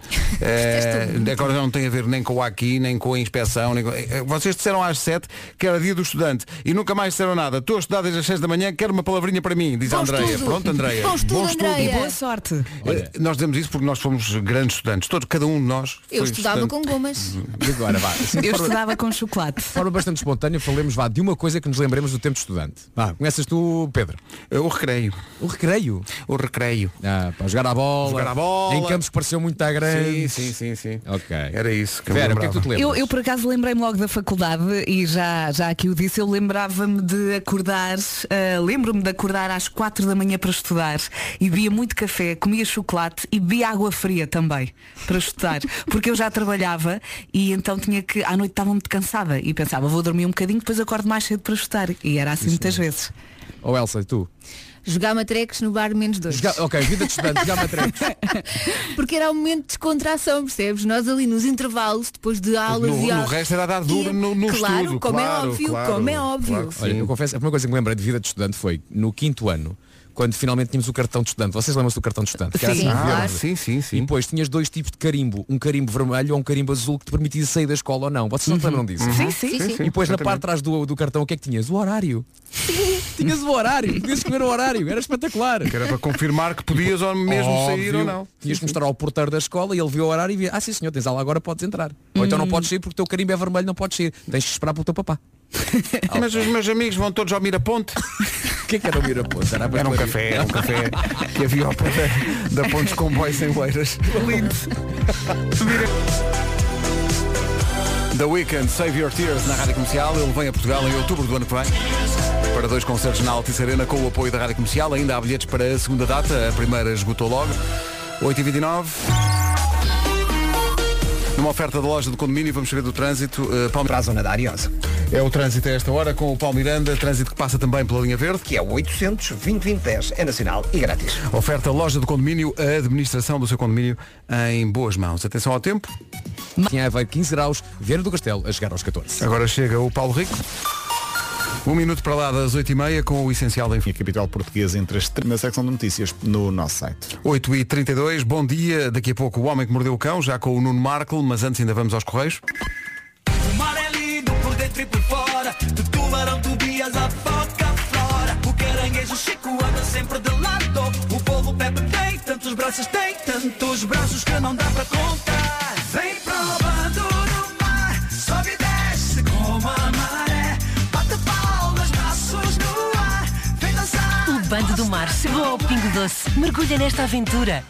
Agora já não tem a ver nem com o aqui, nem com a inspeção. Vocês disseram às 7 que era dia do estudante e nunca mais disseram nada. Estou a estudar desde as 6 da manhã, quero uma palavrinha para mim, diz a Andreia. Pronto, Andreia. Bom estudo, E boa sorte. Nós dizemos isso porque nós fomos grandes estudantes. Cada um de nós. Eu estudava com gomas. E agora, vá. Assim, Eu estudava com chocolate. De forma bastante espontânea, falemos de uma coisa que nos lembremos do tempo de estudante. Conheces tu, Pedro? O recreio. O recreio? O recreio. Para jogar a bola. Em campos que pareceu muito grande. Sim. Ok. Era isso que Vera, eu o que é que tu te lembras? Eu por acaso lembrei-me logo da faculdade e já aqui o disse, eu lembrava-me de acordar, lembro-me de acordar às 4 da manhã para estudar e bebia muito café, comia chocolate e bebia água fria também para estudar, porque eu já trabalhava e então tinha que, à noite estava muito cansada e pensava, vou dormir um bocadinho, depois acordo mais cedo para estudar e era assim muitas vezes. Ou Elsa, e tu? Jogar matrecos no bar -2. Ok, vida de estudante, jogar matrecos. Porque era um momento de descontração, percebes? Nós ali nos intervalos, depois de aulas e aulas. No resto era dar duro no claro, estudo. Como é óbvio. Claro, olha, eu confesso, a primeira coisa que me lembrei de vida de estudante foi no 5º ano, quando finalmente tínhamos o cartão de estudante. Vocês lembram-se do cartão de estudante? Sim, claro. Sim. E depois tinhas dois tipos de carimbo. Um carimbo vermelho ou um carimbo azul que te permitia sair da escola ou não. Vocês não se lembram disso? Sim. E depois na parte de trás do cartão o que é que tinhas? O horário. Tinhas o horário. Podias escolher o horário. Era espetacular. Que era para confirmar que podias ou mesmo sair ou não. Tinhas que mostrar ao porteiro da escola e ele viu o horário e via, sim senhor, tens aula agora, podes entrar. Ou então não podes sair porque o teu carimbo é vermelho, não podes sair. Tens que esperar pelo teu papá. Mas os meus amigos vão todos ao Miraponte. O que é que era o Miraponte? Era um café que havia ao pé da Pontes Comboio sem Oeiras. Lindo. The Weeknd, Save Your Tears na Rádio Comercial. Ele vem a Portugal em outubro do ano que vem para 2 concertos na Altice Arena com o apoio da Rádio Comercial. Ainda há bilhetes para a segunda data. A primeira esgotou logo. 8h29. Numa oferta da loja de condomínio, vamos saber do trânsito. Para a zona da Ariosa. É o trânsito a esta hora com o Paulo Miranda, trânsito que passa também pela linha verde. Que é o 800-2020-10, é nacional e grátis. Oferta loja de condomínio, a administração do seu condomínio em boas mãos. Atenção ao tempo. Tinha Aveiro 15 graus, Viana do Castelo a chegar aos 14. Agora chega o Paulo Rico. 1 minuto para lá das 8h30 com o essencial da A capital portuguesa entre as na secção de notícias no nosso site. 8h32, bom dia. Daqui a pouco o Homem que Mordeu o Cão, já com o Nuno Marco, mas antes ainda vamos aos Correios. O mar é lindo por dentro e por fora, de Tubarão, Tobias, a foca, flora. O caranguejo Chico anda sempre de lado. O povo Pepe tem tantos braços que não dá para contar. Vem provando no mar, sobe e desce como a maré. Bate palmas, braços no ar, vem dançar. O Bando do Mar chegou ao Pingo Doce. Mergulha nesta aventura.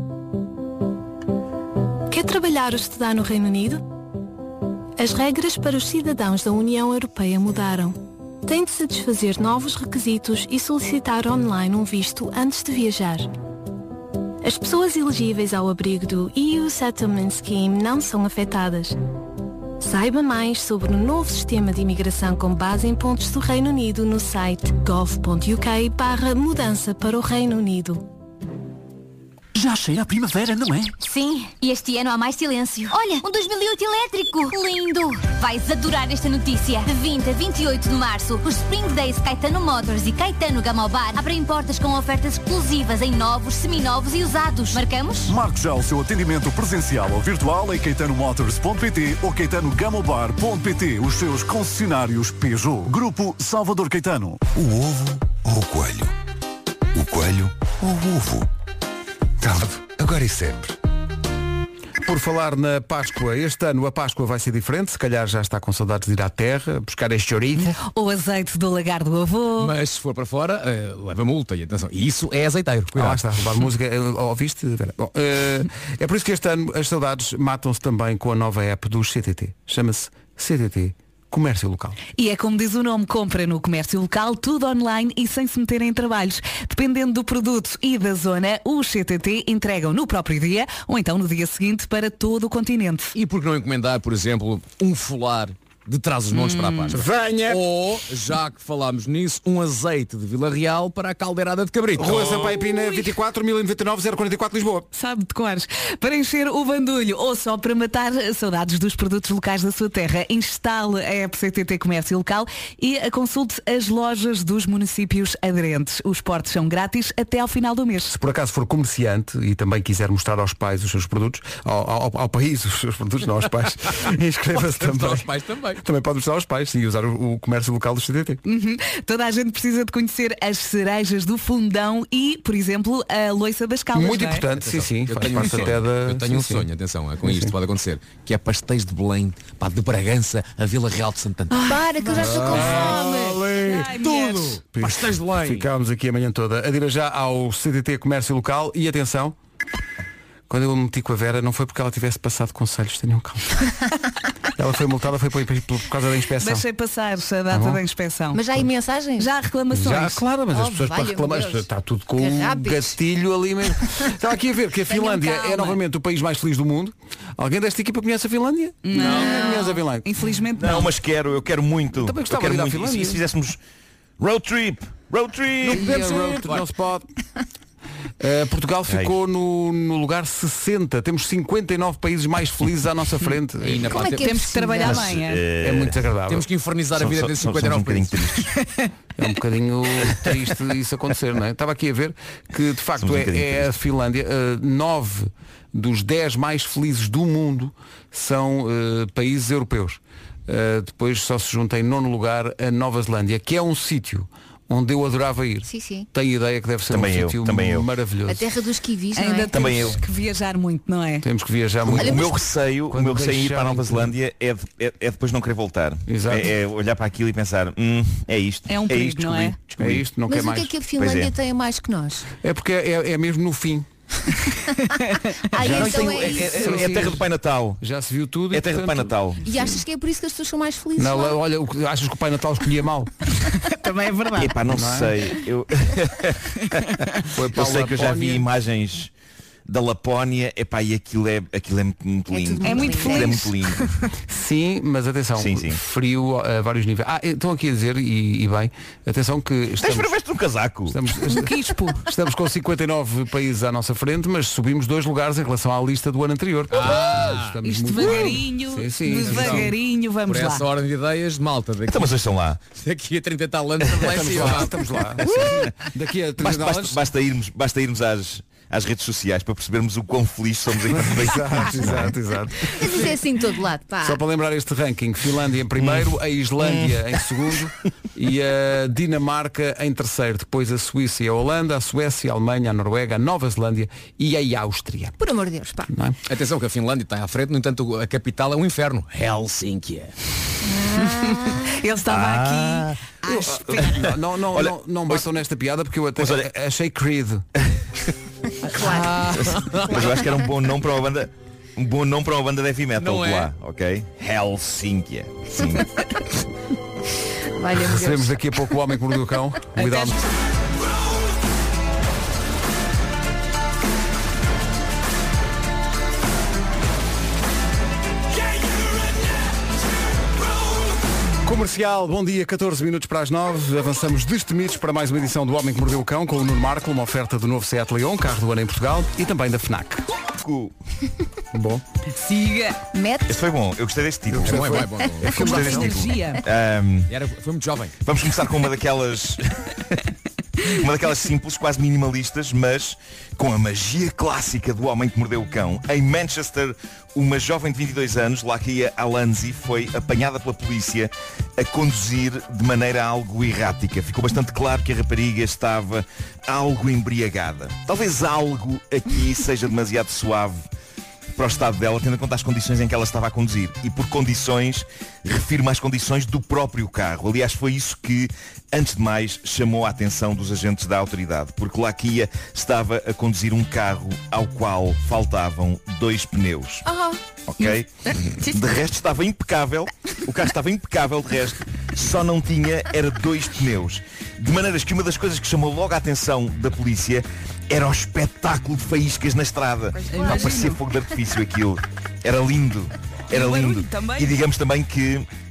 Quer trabalhar ou estudar no Reino Unido? As regras para os cidadãos da União Europeia mudaram. Tem de satisfazer novos requisitos e solicitar online um visto antes de viajar. As pessoas elegíveis ao abrigo do EU Settlement Scheme não são afetadas. Saiba mais sobre o novo sistema de imigração com base em pontos do Reino Unido no site gov.uk/mudança para o Reino Unido. Já cheira a primavera, não é? Sim, e este ano há mais silêncio. Olha, um 2008 elétrico! Lindo! Vais adorar esta notícia. De 20 a 28 de março, os Spring Days Caetano Motors e Caetano Gama Bar abrem portas com ofertas exclusivas em novos, seminovos e usados. Marcamos? Marque já o seu atendimento presencial ou virtual em caetanomotors.pt ou caetanogamobar.pt, os seus concessionários Peugeot. Grupo Salvador Caetano. O ovo ou o coelho? O coelho ou o ovo? Caldo, agora e sempre. Por falar na Páscoa, este ano a Páscoa vai ser diferente. Se calhar já está com saudades de ir à terra, buscar este chouriço. Ou azeite do lagar do avô. Mas se for para fora, leva multa. E atenção, isso é azeiteiro. Lá está, levar música. Ouviste? Bom, é por isso que este ano as saudades matam-se também com a nova app do CTT. Chama-se CTT. Comércio Local. E é como diz o nome, compra no comércio local, tudo online e sem se meter em trabalhos. Dependendo do produto e da zona, os CTT entregam no próprio dia ou então no dia seguinte para todo o continente. E por que não encomendar, por exemplo, um folar de Trás-os-Montes para a Páscoa. Venha! Ou, já que falámos nisso, um azeite de Vila Real para a caldeirada de cabrito. Rua Sampaio Pina 24 1099 044 Lisboa. Sabe de cores. Para encher o bandulho ou só para matar saudades dos produtos locais da sua terra, instale a app CTT Comércio Local e consulte as lojas dos municípios aderentes. Os portos são grátis até ao final do mês. Se por acaso for comerciante e também quiser mostrar aos pais os seus produtos, ao país os seus produtos, não aos pais, inscreva-se também. Aos pais também. Também pode mostrar aos pais e usar o comércio local do CTT. Toda a gente precisa de conhecer as cerejas do Fundão e, por exemplo, a loiça das Caldas. Muito importante, atenção, sim. Eu tenho um sonho, atenção, com isto pode acontecer, que é pastéis de Belém, pá, de Bragança, a Vila Real de Santo Antônio. Para, que eu já estou com fome. Tudo! Pastéis de Belém. Ficámos aqui a manhã toda a dir já ao CTT Comércio Local e atenção, quando eu me meti com a Vera não foi porque ela tivesse passado conselhos, tenham calma. Ela foi multada, foi por causa da inspeção. Deixei passar a data da inspeção. Mas já há mensagens? Já há reclamações. Já, claro, mas as pessoas para reclamar, está tudo com um gatilho ali mesmo. Estava aqui a ver que a Finlândia é novamente o país mais feliz do mundo. Alguém desta equipa conhece a Finlândia? Não. Conhece a Finlândia? Infelizmente não. Não, mas eu quero muito. Também gostava eu quero de ir à muito. Finlândia. E se fizéssemos road trip? Não se pode. Portugal ficou no lugar 60. Temos 59 países mais felizes à nossa frente. Como é que temos que trabalhar bem. É muito desagradável. Temos que infernizar a vida desses 59 países. É um bocadinho triste isso acontecer, não é? Estava aqui a ver que de facto é a Finlândia. 9 dos 10 mais felizes do mundo são países europeus. Depois só se junta em 9º lugar a Nova Zelândia, que é um sítio onde eu adorava ir. Sim. Tenho ideia que deve ser um sítio maravilhoso. A terra dos kiwis, não é? Ainda temos que viajar muito, não é? Temos que viajar muito. O meu receio em ir para a Nova Zelândia é depois não querer voltar. Exato. É olhar para aquilo e pensar, é isto. É um perigo, isto, não é? É isto, não Mas quer o mais. que é que a Finlândia tem a mais que nós? É porque é mesmo no fim. Então é isso. É a terra do Pai Natal. Já se viu tudo. É a terra do Pai Natal. E achas que é por isso que as pessoas são mais felizes? Não, lá? olha, achas que o Pai Natal escolhia mal? Também é verdade. Epá, não sei. Eu sei que eu já vi imagens da Lapónia, epá, e aquilo é muito lindo. É muito feliz. É muito lindo. Sim, mas atenção, Sim. frio a vários níveis. Estão aqui a dizer, e bem, atenção que estamos... Tens para um casaco. Um quispo. Estamos com 59 países à nossa frente, mas subimos 2 lugares em relação à lista do ano anterior. Estamos Isto muito devagarinho, devagarinho, vamos Por lá. essa ordem de ideias, malta. Então, mas eles estão lá. Daqui a 30 e tal anos Estamos lá. Daqui a 30 anos... Basta irmos às redes sociais para percebermos o quão felizes somos aqui. Exato. Mas isso é assim em todo lado, pá. Só para lembrar este ranking, Finlândia em primeiro, a Islândia em segundo e a Dinamarca em terceiro. Depois a Suíça e a Holanda, a Suécia, a Alemanha, a Noruega, a Nova Zelândia e a Áustria. Por amor de Deus, pá. Não é? Atenção que a Finlândia está à frente, no entanto a capital é um inferno. Helsinki. Ele estava aqui. Não batam nesta piada porque eu até achei querido. Mas eu acho que era um bom nome para uma banda. Um bom nome para uma banda de heavy metal lá, ok? Helsinki. Sim. Recebemos daqui a pouco o Homem que Mordeu o Cão. Cuidado. Comercial, bom dia, 14 minutos para as 9. Avançamos destemidos para mais uma edição do Homem que Mordeu o Cão com o Nuno Marco, uma oferta do novo Seat Leon, carro do ano em Portugal, e também da FNAC. Bom. Siga. Este foi bom, eu gostei deste título. É bom. Eu gostei deste energia. Foi muito jovem. Vamos começar com uma daquelas simples, quase minimalistas, mas com a magia clássica do Homem que Mordeu o Cão. Em Manchester, uma jovem de 22 anos, Lakia Alanzi, foi apanhada pela polícia a conduzir de maneira algo errática. Ficou bastante claro que a rapariga estava algo embriagada. Talvez algo aqui seja demasiado suave para o estado dela, tendo em conta as condições em que ela estava a conduzir. E por condições, refiro-me às condições do próprio carro. Aliás, foi isso que, antes de mais, chamou a atenção dos agentes da autoridade, porque Lakia estava a conduzir um carro ao qual faltavam 2 pneus. Ok? De resto estava impecável. O carro estava impecável, de resto. Só não tinha, era 2 pneus. De maneiras que uma das coisas que chamou logo a atenção da polícia era o espetáculo de faíscas na estrada. A parecer fogo de artifício aquilo. Era lindo. Era lindo. E digamos também que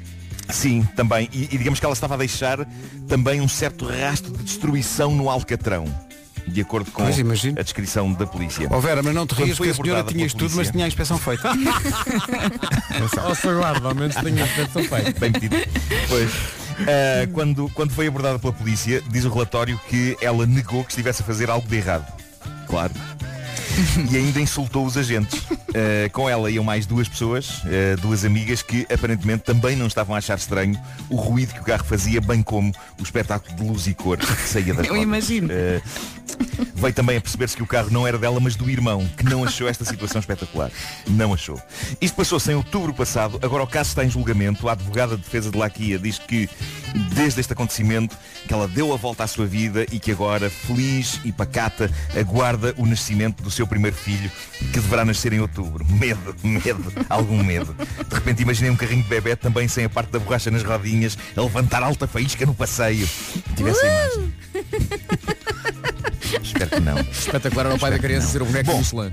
Sim, também. E digamos que ela estava a deixar também um certo rastro de destruição no alcatrão, de acordo com a descrição da polícia. Vera, mas não te rias que a senhora tinha isto tudo, mas tinha a inspeção feita. Nossa guarda, ao menos tinha a inspeção feita. Bem pedido. Pois. Quando foi abordada pela polícia, diz o relatório que ela negou que estivesse a fazer algo de errado. Claro. E ainda insultou os agentes. Com ela iam mais duas pessoas, duas amigas, que aparentemente também não estavam a achar estranho o ruído que o carro fazia, bem como o espetáculo de luz e cor que saía das rodas. Eu imagino. Veio também a perceber-se que o carro não era dela, mas do irmão, que não achou esta situação espetacular. Não achou. Isto passou-se em outubro passado, agora o caso está em julgamento. A advogada de defesa de Lakia diz que, desde este acontecimento, que ela deu a volta à sua vida e que agora, feliz e pacata, aguarda o nascimento do seu primeiro filho, que deverá nascer em outubro. Medo, algum medo. De repente imaginei um carrinho de bebé também sem a parte da borracha nas rodinhas, a levantar alta faísca no passeio. Tivesse a imagem. Espero que não. Espetacular era o pai da criança ser o boneco de Michelin.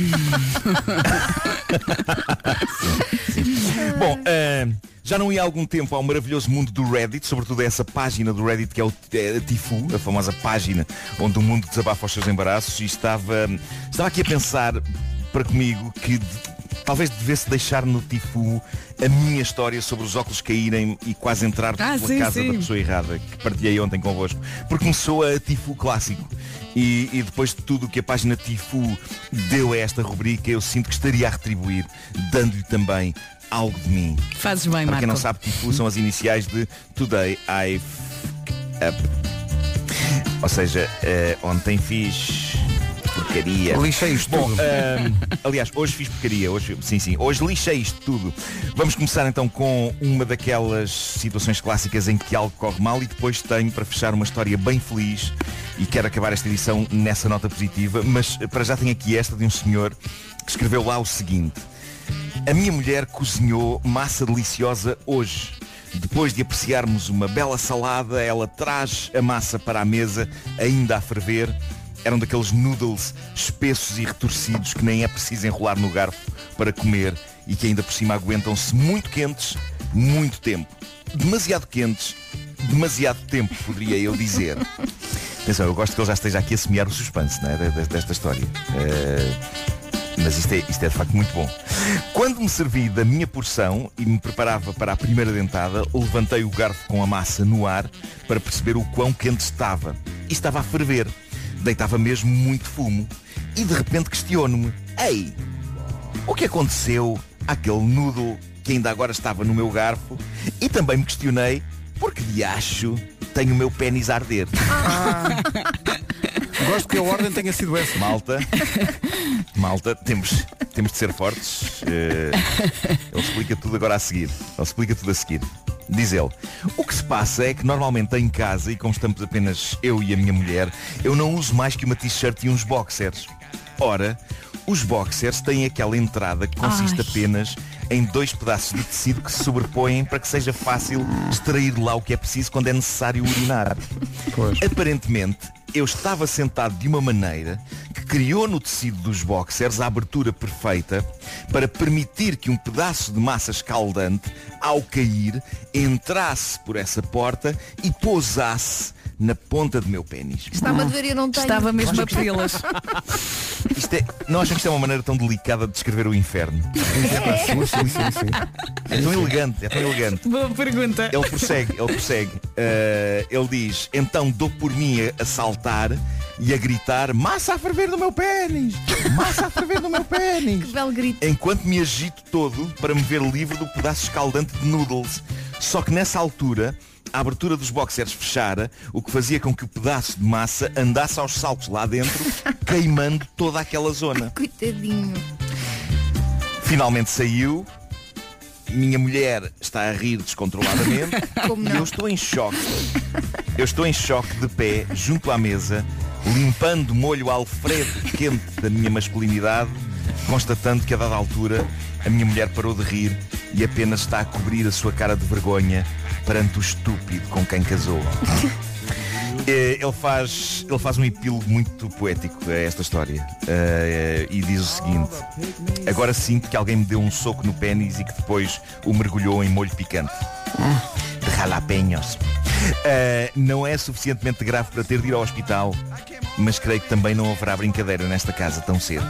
Bom, já não ia há algum tempo ao maravilhoso mundo do Reddit, sobretudo a essa página do Reddit que é a Tifu, a famosa página onde o mundo desabafa os seus embaraços, e estava aqui a pensar para comigo que talvez devesse deixar no Tifu a minha história sobre os óculos caírem e quase entrar pela casa da pessoa errada, que partilhei ontem convosco, porque começou a Tifu clássico. E depois de tudo o que a página Tifu deu a esta rubrica, eu sinto que estaria a retribuir, dando-lhe também algo de mim. Fazes bem, Marco. Para quem não sabe, Tifu são as iniciais de Today I Up. Ou seja, ontem fiz porcaria. Lixei isto tudo. Aliás, hoje fiz porcaria. Hoje lixei isto tudo. Vamos começar então com uma daquelas situações clássicas em que algo corre mal, e depois tenho para fechar uma história bem feliz. E quero acabar esta edição nessa nota positiva, mas para já tenho aqui esta de um senhor que escreveu lá o seguinte: a minha mulher cozinhou massa deliciosa hoje. Depois de apreciarmos uma bela salada, ela traz a massa para a mesa, ainda a ferver. Eram daqueles noodles espessos e retorcidos que nem é preciso enrolar no garfo para comer e que ainda por cima aguentam-se muito quentes, muito tempo. Demasiado quentes, demasiado tempo, poderia eu dizer. Atenção, eu gosto que ele já esteja aqui a semear o suspense, não é? Desta história. Mas isto é de facto muito bom. Quando me servi da minha porção e me preparava para a primeira dentada, levantei o garfo com a massa no ar para perceber o quão quente estava. E estava a ferver. Deitava mesmo muito fumo. E de repente questiono-me: ei, o que aconteceu àquele noodle que ainda agora estava no meu garfo? E também me questionei: por que de acho tenho o meu pénis a arder? Gosto que a ordem tenha sido essa. Malta, temos de ser fortes. Ele explica tudo agora a seguir. Diz ele: o que se passa é que normalmente em casa, e como estamos apenas eu e a minha mulher, eu não uso mais que uma t-shirt e uns boxers. Ora, os boxers têm aquela entrada que consiste apenas em 2 pedaços de tecido que se sobrepõem para que seja fácil extrair lá o que é preciso quando é necessário urinar. Pois. Aparentemente, eu estava sentado de uma maneira que criou no tecido dos boxers a abertura perfeita para permitir que um pedaço de massa escaldante, ao cair, entrasse por essa porta e pousasse na ponta do meu pénis. Está-me a doer e eu não tenho. Estava mesmo a pedi-las. Não acham que isto é uma maneira tão delicada de descrever o inferno? Sim. É tão elegante. Boa pergunta. Ele prossegue. Ele diz: então dou por mim a saltar e a gritar: massa a ferver no meu pénis! Massa a ferver no meu pénis! Que belo grito. Enquanto me agito todo para me ver livre do pedaço escaldante de noodles. Só que nessa altura a abertura dos boxers fechara, o que fazia com que o pedaço de massa andasse aos saltos lá dentro, queimando toda aquela zona. Coitadinho. Finalmente saiu. Minha mulher está a rir descontroladamente. Como e não? eu estou em choque. Eu estou em choque de pé, junto à mesa, limpando o molho Alfredo quente da minha masculinidade, constatando que a dada altura a minha mulher parou de rir e apenas está a cobrir a sua cara de vergonha perante o estúpido com quem casou. Ele faz um epílogo muito poético a esta história e diz o seguinte: agora sinto que alguém me deu um soco no pénis e que depois o mergulhou em molho picante. de jalapeños. Não é suficientemente grave para ter de ir ao hospital, mas creio que também não haverá brincadeira nesta casa tão cedo.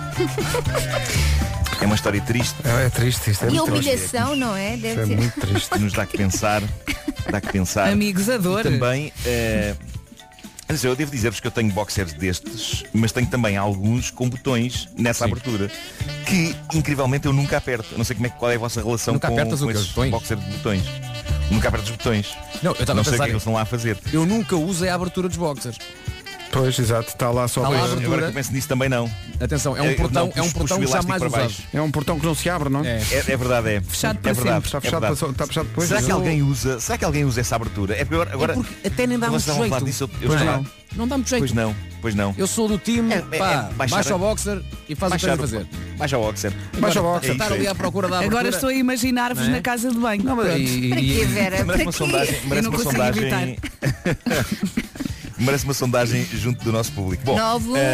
É uma história triste. É triste, isto é e muito humilhação, triste. Não é? Deve é ser. muito triste. Nos dá que pensar. Amigos, adoro. E também, eu devo dizer-vos que eu tenho boxers destes, mas tenho também alguns com botões nessa abertura, que incrivelmente eu nunca aperto. Eu não sei qual é a vossa relação com esses boxers de botões. Nunca aperto os botões. Não, eu estava não a sei o pensar que eles estão lá a fazer. Eu nunca usei a abertura dos boxers. Pois, exato, está lá só a abertura. Agora que eu penso nisso também não. Atenção, é um portão, é um portão jamais usado. É um portão que não se abre, não é? É verdade, é. Fechado para verdade, Está fechado, está fechado depois. Será que alguém usa essa abertura? É porque agora até nem dá muito jeito. Disso, não dá muito jeito. Pois não. Eu sou do time, baixa o boxer e faz o que tem a fazer. Baixa o boxer. Baixa o boxer. Estar ali à procura da abertura. Agora estou a imaginar-vos na casa de banho. Para quê, Vera? Merece uma sondagem. Merece uma sondagem junto do nosso público. Bom,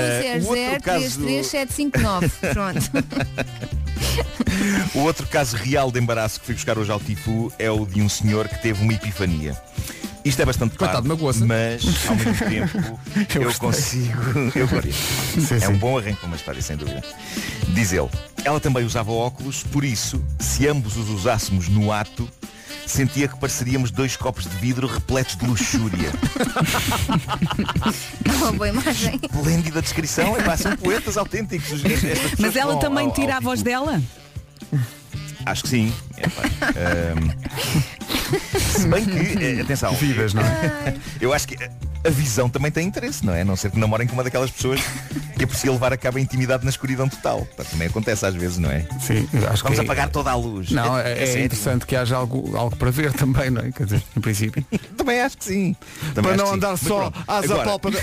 910033759. Pronto. O outro caso real de embaraço que fui buscar hoje ao Tifu é o de um senhor que teve uma epifania. Isto é bastante claro, mas ao mesmo tempo eu consigo. É um bom arranque para uma história, sem dúvida. Diz ele, ela também usava óculos, por isso, se ambos os usássemos no ato, sentia que pareceríamos 2 copos de vidro repletos de luxúria. Uma boa imagem. Esplêndida descrição, são poetas autênticos. Mas ela também tira a voz dela? Acho que sim. Se bem que, atenção, vidas, não é? Eu acho que a visão também tem interesse, não é? A não ser que namorem com uma daquelas pessoas que aprecia levar a cabo a intimidade na escuridão total. Também acontece às vezes, não é? Sim, acho Vamos que apagar toda a luz. Não, é interessante que haja algo para ver também, não é? Quer dizer, no princípio. Também acho que sim. Para não andar só às apalpadas.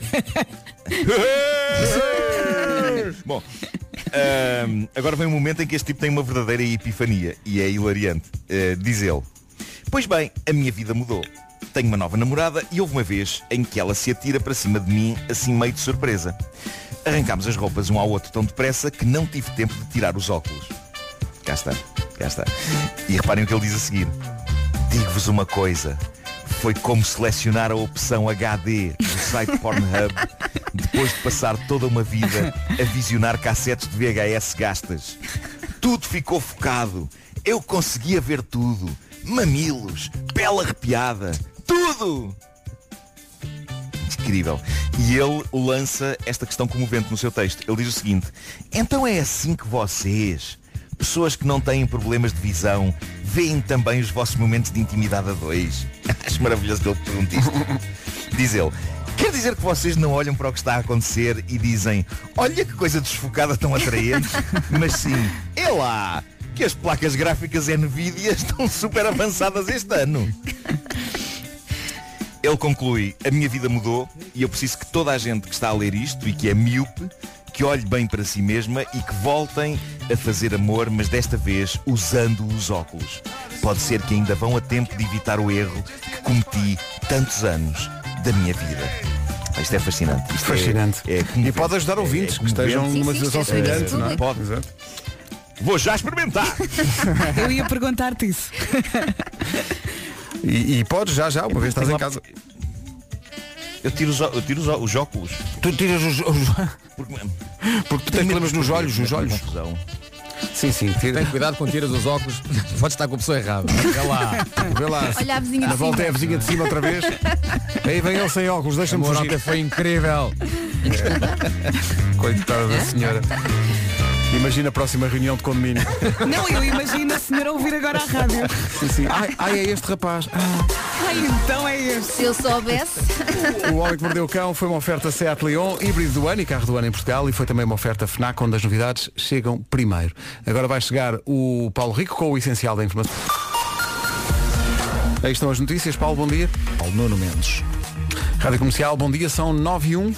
Bom. Agora vem um momento em que este tipo tem uma verdadeira epifania e é hilariante. Diz ele: pois bem, a minha vida mudou. Tenho uma nova namorada e houve uma vez em que ela se atira para cima de mim, assim meio de surpresa. Arrancámos as roupas um ao outro tão depressa que não tive tempo de tirar os óculos. Cá está. E reparem o que ele diz a seguir: digo-vos uma coisa, foi como selecionar a opção HD do site Pornhub depois de passar toda uma vida a visionar cassetes de VHS gastas. Tudo ficou focado. Eu conseguia ver tudo. Mamilos, pele arrepiada, tudo! Incrível. E ele lança esta questão comovente no seu texto. Ele diz o seguinte: então é assim que vocês, pessoas que não têm problemas de visão, veem também os vossos momentos de intimidade a dois? Acho maravilhoso que ele pergunte isto. Diz ele: quer dizer que vocês não olham para o que está a acontecer e dizem, olha que coisa desfocada tão atraente, mas sim, é lá, que as placas gráficas NVIDIA estão super avançadas este ano. Ele conclui: a minha vida mudou e eu preciso que toda a gente que está a ler isto e que é míope, que olhe bem para si mesma e que voltem a fazer amor, mas desta vez usando os óculos. Pode ser que ainda vão a tempo de evitar o erro que cometi tantos anos da minha vida. Isto é fascinante. Isto fascinante. E pode ajudar ouvintes que estejam numa situação semelhante, não é? Pode. Exato. Vou já experimentar. Eu ia perguntar-te isso. E podes já, uma vez estás em casa. Eu tiro os óculos. Tu tiras os porque tu tens problemas nos olhos, Sim, tira. Tem cuidado quando tiras os óculos. Pode estar com a pessoa errada. Vê lá. Olha a vizinha de cima. Volta é a vizinha de cima outra vez. Aí vem ele sem óculos, deixa-me fugir. Foi incrível. Coitada da senhora. Imagina a próxima reunião de condomínio. Não, eu imagino a senhora ouvir agora a rádio. Sim. Ai, é este rapaz. Ai, então é este. Se eu soubesse. O Homem que Mordeu o Cão foi uma oferta Seat Leon, híbrido do ano e carro do ano em Portugal, e foi também uma oferta FNAC, onde as novidades chegam primeiro. Agora vai chegar o Paulo Rico com o essencial da informação. Aí estão as notícias. Paulo, bom dia. Paulo Nuno Mendes. Rádio Comercial, bom dia, são 9h01.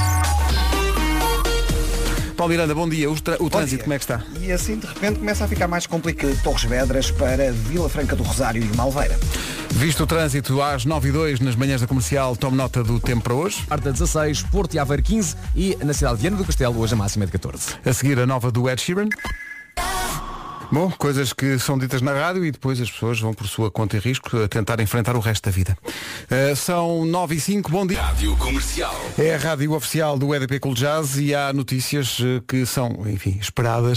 Paulo Miranda, bom dia. O trânsito, como é que está? E assim, de repente, começa a ficar mais complicado. Torres Vedras para Vila Franca do Rosário e Malveira. Visto o trânsito às 9h02 nas manhãs da Comercial, tome nota do tempo para hoje. Arda 16, Porto e Aveiro 15 e na cidade de Viana do Castelo hoje a máxima é de 14. A seguir a nova do Ed Sheeran. Bom, coisas que são ditas na rádio e depois as pessoas vão por sua conta e risco a tentar enfrentar o resto da vida. São 9h05, bom dia. Rádio Comercial. É a rádio oficial do EDP Cool Jazz e há notícias que são, enfim, esperadas.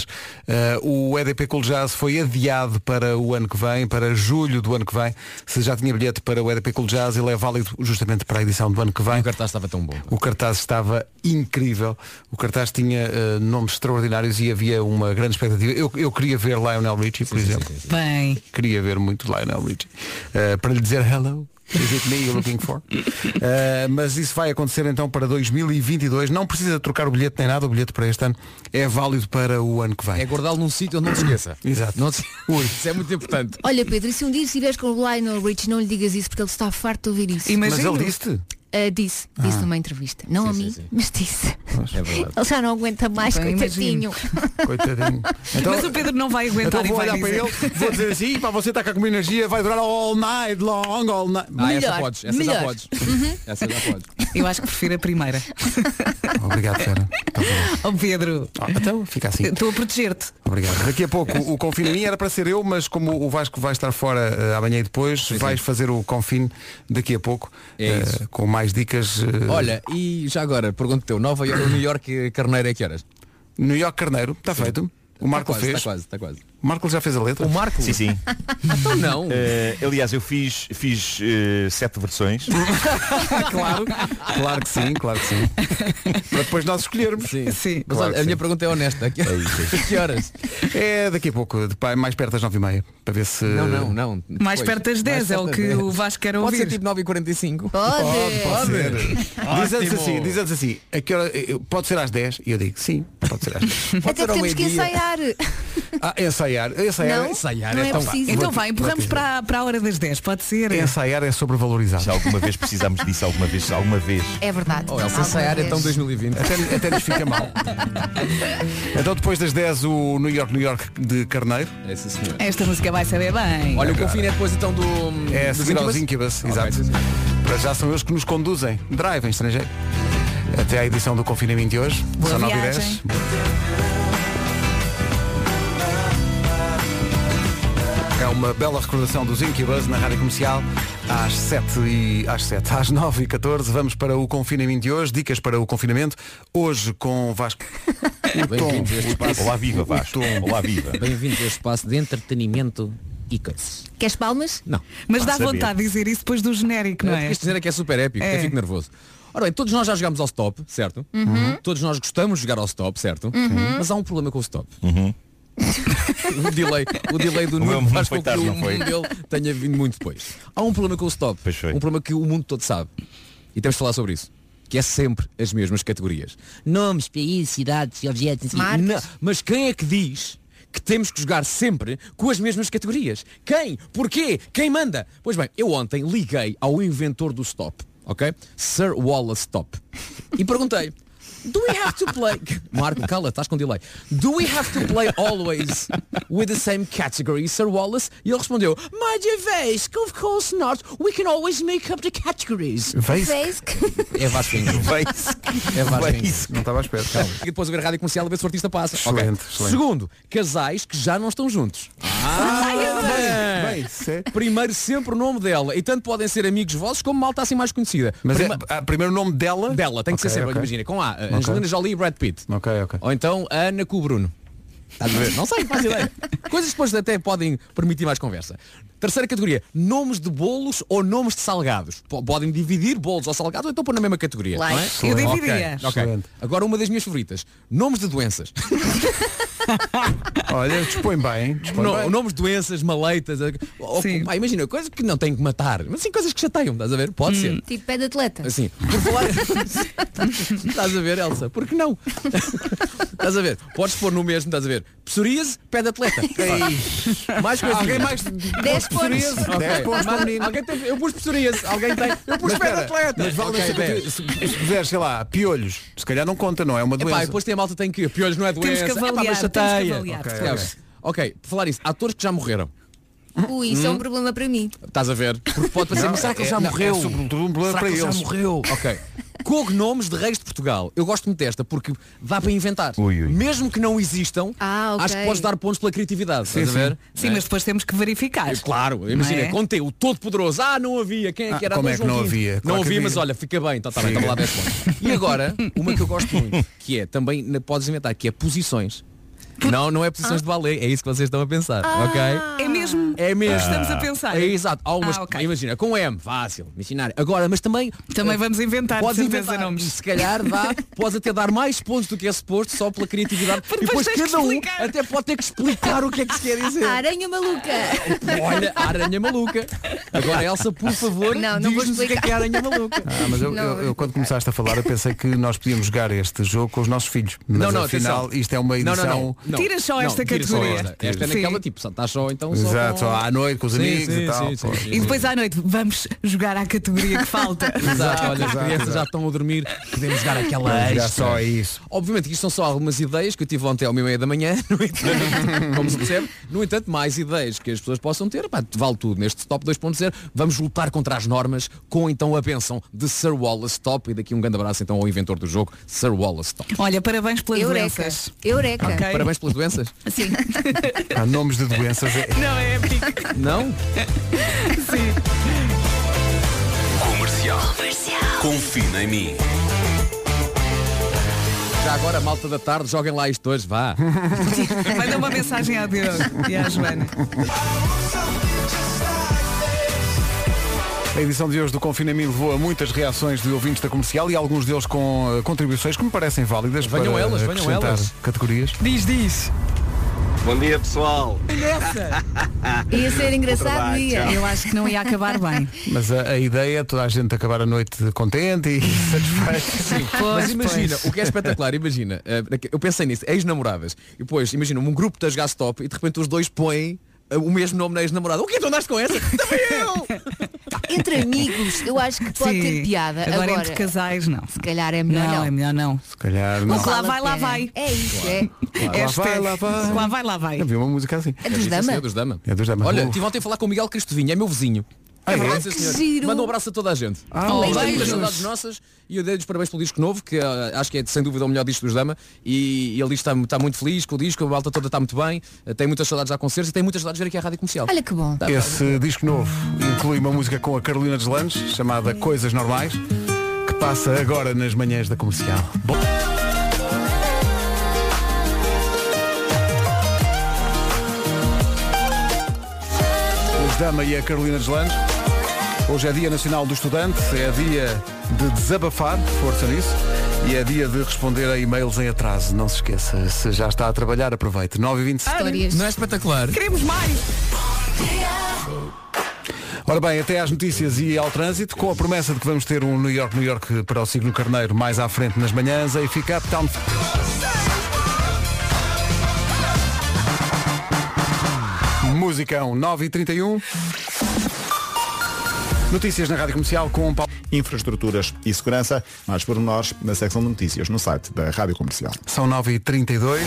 O EDP Cool Jazz foi adiado para o ano que vem, para julho do ano que vem. Se já tinha bilhete para o EDP Cool Jazz, ele é válido justamente para a edição do ano que vem. O cartaz estava tão bom. O cartaz estava incrível. O cartaz tinha nomes extraordinários e havia uma grande expectativa. Eu queria ver Lionel Richie, por exemplo. Sim. Bem. Queria ver muito Lionel Richie. Para lhe dizer hello. Is it me you're looking for? Mas isso vai acontecer então para 2022. Não precisa trocar o bilhete nem nada. O bilhete para este ano é válido para o ano que vem. É guardá-lo num sítio onde não se esqueça. Exato. Não se... Isso é muito importante. Olha, Pedro, e se um dia estiveres com o Lionel Richie, não lhe digas isso porque ele está farto de ouvir isso. Imagino. Mas ele disse-te? Disse numa entrevista. Não a mim, mas disse. É verdade. Ele já não aguenta mais, coitadinho. Coitadinho. Então, mas o Pedro não vai aguentar. Então vou olhar para ele, vou dizer assim, para você estar cá com uma energia, vai durar all night long, all night. Essa podes, essa já podes. Essa já podes. Eu acho que prefiro a primeira. Obrigado, Fera. Pedro. Então fica assim. Estou a proteger-te. Obrigado. Daqui a pouco o Confine era para ser eu, mas como o Vasco vai estar fora amanhã e depois, vais fazer o Confine daqui a pouco, com mais dicas. Olha, e já agora, pergunto-te, Nova York, New York Carneiro é que horas? New York Carneiro, está feito. O Marco fez. Está quase. O Marco já fez a letra? O Marco? Sim. Então não. Aliás, eu fiz 7 versões. Claro que sim. Para depois nós escolhermos. Sim. Mas Claro olha, a minha pergunta é honesta. Que horas? É daqui a pouco, mais perto das 9h30. Para ver se. Não. Mais perto das 10 é o que o Vasco quer ouvir. Pode ser tipo 9h45. Pode ser. Diz-nos assim, a que hora, pode ser às 10? E eu digo, sim, pode ser às 10. Até porque temos que ensaiar. Ensaiar não é tão preciso. Então vai, empurramos para a hora das 10, pode ser. Ensaiar é sobrevalorizado. Se alguma vez precisamos disso, alguma vez. É verdade. Elsa, ensaiar então 2020. Até nos fica mal. Então depois das 10 o New York de Carneiro. Sim, senhor. Esta música vai saber bem. Olha, o Confine é depois então do... É seguir aos Incubus, exato. Para já são eles que nos conduzem. Drive em estrangeiro. Até à edição do confinamento de hoje. Boa são viagem. 9h10. É uma bela recordação dos Incubus na Rádio Comercial às 9h14. Vamos para o confinamento de hoje. Dicas para o confinamento. Hoje com Vasco. Bem-vindos a este espaço. Olá, viva, Vasco. Olá, viva. Bem-vindos a este espaço de entretenimento e coisas. Queres palmas? Não. Mas dá vontade de dizer isso depois do genérico, não é? Este genérico é super épico, eu fico nervoso. Ora bem, todos nós já jogámos ao stop, certo? Todos nós gostamos de jogar ao stop, certo? Mas há um problema com o stop. o delay do Nuno faz com que o mundo dele tenha vindo muito depois. Há um problema com o stop. Um problema que o mundo todo sabe. E temos de falar sobre isso. Que é sempre as mesmas categorias. Nomes, países, cidades, objetos, não, mas quem é que diz que temos que jogar sempre com as mesmas categorias? Quem? Porquê? Quem manda? Pois bem, eu ontem liguei ao inventor do stop, ok? Sir Wallace Stop. E perguntei, do we have to play... Marco, cala, estás com delay. Do we have to play always with the same category, Sir Wallace? E ele respondeu, my dear Vasco, of course not. We can always make up the categories. Vasco? É Vasco. É Vasco. Não estava à espera. Calma. E depois ver a rádio comercial a ver se o artista passa. Excelente. Segundo, casais que já não estão juntos. Primeiro sempre o nome dela. E tanto podem ser amigos vossos como malta assim mais conhecida. Mas primeiro o nome dela? Dela, tem que ser sempre. Imagina, com A, Angelina Jolie e Brad Pitt. Ok. Ou então a Ana com o Bruno. Estás a ver? Não sei, faz ideia. Coisas que depois até podem permitir mais conversa. Terceira categoria, nomes de bolos ou nomes de salgados. Podem dividir bolos ou salgados ou então pôr na mesma categoria. Não é? Eu dividiria. Okay. Agora uma das minhas favoritas. Nomes de doenças. Olha, dispõe bem. Nomes de doenças, maleitas. Imagina, coisas que não têm que matar. Mas sim, coisas que chateiam, estás a ver? Pode ser. Tipo pé de atleta. Assim, por falar... Estás a ver, Elsa? Por que não? Estás a ver? Podes pôr no mesmo, estás a ver? Psoríase, pé de atleta. Mais coisas. Alguém mais... 10 pontos. 10 pontos para o menino. Alguém tem... Eu pus psoríase. Alguém tem... Eu pus pé de atleta. Mas vale se puseres, sei lá, piolhos. Se calhar não conta, não é uma doença. E depois tem a malta tem que... Piolhos não é doença. Temos que avaliar. Ok, por falar isso, atores que já morreram. Isso é um problema para mim. Estás a ver? Porque pode parecer, mas será que ele já morreu? É sobretudo um problema será para que ele eles. já morreu? Ok. Cognomes de reis de Portugal. Eu gosto muito desta porque dá para inventar. Mesmo que não existam, acho que podes dar pontos pela criatividade. Sim, estás a ver? Sim, mas depois temos que verificar. Claro, imagina, contei o Todo-Poderoso. Não havia. Quem é que era? Como é que não havia? Não havia, mas olha, fica bem. Está bem, estava lá 10 pontos. E agora, uma que eu gosto muito, que é, também podes inventar, que é posições. Não é posições de balé, é isso que vocês estão a pensar, ok? É mesmo? É mesmo. Estamos a pensar. É exato. Há umas, imagina, com M, fácil, missionário. Agora, mas também vamos inventar, podes inventar nomes. Se calhar podes até dar mais pontos do que é suposto só pela criatividade. E depois cada um até pode ter que explicar o que é que se quer dizer. A aranha maluca. Olha, a aranha maluca. Agora, Elsa, por favor, não vou explicar. O que é a aranha maluca. Mas eu quando começaste a falar, eu pensei que nós podíamos jogar este jogo com os nossos filhos. Mas afinal, isto é uma edição... Não. Tira só esta categoria. Esta é naquela tipo, estás só então Exato, só à noite com os amigos e tal. E depois à noite vamos jogar à categoria que falta. Exato, olha, as crianças já estão a dormir, podemos jogar aquela extra. Só isso. Obviamente isto são só algumas ideias que eu tive ontem ao 1h30 da manhã, no entanto, como se percebe, no entanto, mais ideias que as pessoas possam ter, vale tudo. Neste Top 2.0 vamos lutar contra as normas com então a bênção de Sir Wallace Top, e daqui um grande abraço então ao inventor do jogo, Sir Wallace Top. Olha, parabéns pelas doenças. Eureka. Okay. Parabéns pelas doenças? Sim. Há nomes de doenças. Não, é épico. Não? Sim. Comercial. Confia em mim. Já agora, malta da tarde, joguem lá isto hoje, vá. Manda uma mensagem ao Diogo e à Joana. A edição de hoje do Confina em Mim levou a muitas reações de ouvintes da Comercial e alguns deles com contribuições que me parecem válidas. Venham elas. Categorias. Diz. Bom dia, pessoal. Ia ser engraçado, ia. Eu acho que não ia acabar bem. Mas a ideia é toda a gente acabar a noite contente e satisfeito. Sim, mas imagina, o que é espetacular, imagina, eu pensei nisso, ex-namoradas, e depois, imagina, um grupo das Gastop e de repente os dois põem o mesmo nome na ex-namorada. O que tu andaste com essa? Também eu! Entre amigos, eu acho que pode ter piada. Agora entre casais, não. Se calhar é melhor não. É melhor não. Se calhar não. O que lá vai. É isso, é. Lá vai. Havia uma música assim. É dos Dama? É dos Dama. Olha, estive ontem a falar com o Miguel Cristovinho, é meu vizinho. Que giro. Manda um abraço a toda a gente. Muitas saudades nossas e eu dei-lhes parabéns pelo disco novo, que acho que é sem dúvida o melhor disco dos Dama, e ele está muito feliz com o disco, a malta toda está muito bem, tem muitas saudades a concertos e tem muitas saudades de ver aqui a Rádio Comercial. Olha que bom. Esse disco novo inclui uma música com a Carolina Deslandes, chamada Coisas Normais, que passa agora nas manhãs da Comercial. Bom. Dama e a Carolina Deslandes. Hoje é Dia Nacional do Estudante, é dia de desabafar, força nisso, e é dia de responder a e-mails em atraso. Não se esqueça, se já está a trabalhar, aproveite. 9h25. Não é espetacular? Queremos mais! Ora bem, até às notícias e ao trânsito, com a promessa de que vamos ter um New York para o Signo Carneiro mais à frente nas manhãs, aí fica Uptown. Musicão 9h31. Notícias na Rádio Comercial com Paulo. Infraestruturas e segurança, mais pormenores na secção de notícias no site da Rádio Comercial. São 9h32.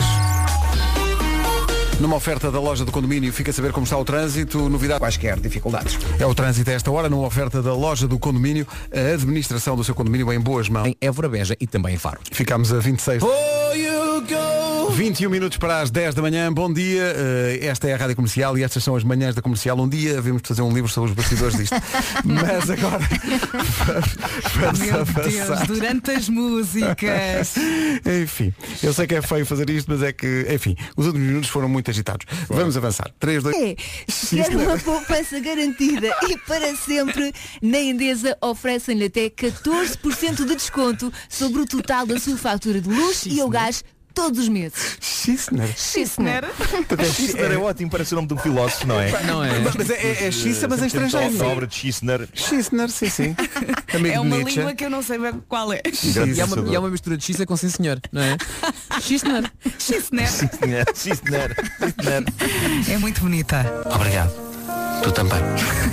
Numa oferta da loja do condomínio, fica a saber como está o trânsito, novidade. Quaisquer dificuldades. É o trânsito a esta hora, numa oferta da loja do condomínio, a administração do seu condomínio em boas mãos. Em Évora Beja e também em Faro. Ficámos a 26. 21 minutos para as 10 da manhã, bom dia, esta é a Rádio Comercial e estas são as manhãs da Comercial. Um dia havemos de fazer um livro sobre os bastidores disto. Mas agora vamos avançar. Durante as músicas. Enfim, eu sei que é feio fazer isto, mas é que, enfim, os últimos minutos foram muito agitados. Vamos avançar. 3, 2... Quer uma poupança garantida e para sempre, na Endesa oferecem-lhe até 14% de desconto sobre o total da sua fatura de luz e o gás todos os meses. Schissner. Schissner. Schissner é ótimo, parece o nome de um filósofo, não é? Não é? Mas é Schissa, mas em estrangeiro. A obra de Schissner. Schissner, sim. É uma língua que eu não sei bem qual é. E é uma mistura de Schissa com sim senhor, não é? Schissner. É muito bonita. Obrigado. Tu também.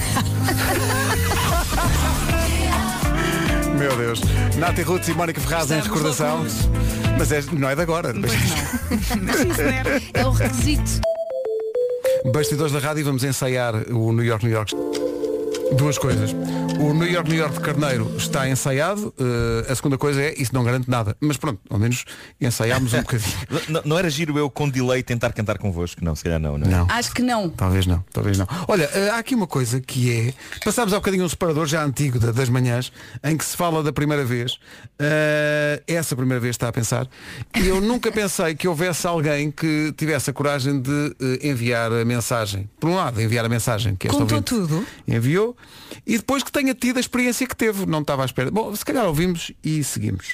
Meu Deus. Nati Roots e Mónica Ferraz em recordação. Mas não é de agora. É o requisito. Bastidores da rádio, vamos ensaiar o New York. Duas coisas. O New York de Carneiro está ensaiado. A segunda coisa é, isso não garante nada. Mas pronto, ao menos ensaiámos um bocadinho. Não era giro eu com delay tentar cantar convosco? Não, se calhar não. Não. Acho que não. Talvez não. Olha, há aqui uma coisa que é, passámos há bocadinho um separador já antigo das manhãs, em que se fala da primeira vez. Essa primeira vez está a pensar. E eu nunca pensei que houvesse alguém que tivesse a coragem de enviar a mensagem. Por um lado, enviar a mensagem que esta Contou ouvinte tudo. enviou, e depois que tenha tido a experiência que teve. Não estava à espera. Bom, se calhar ouvimos e seguimos.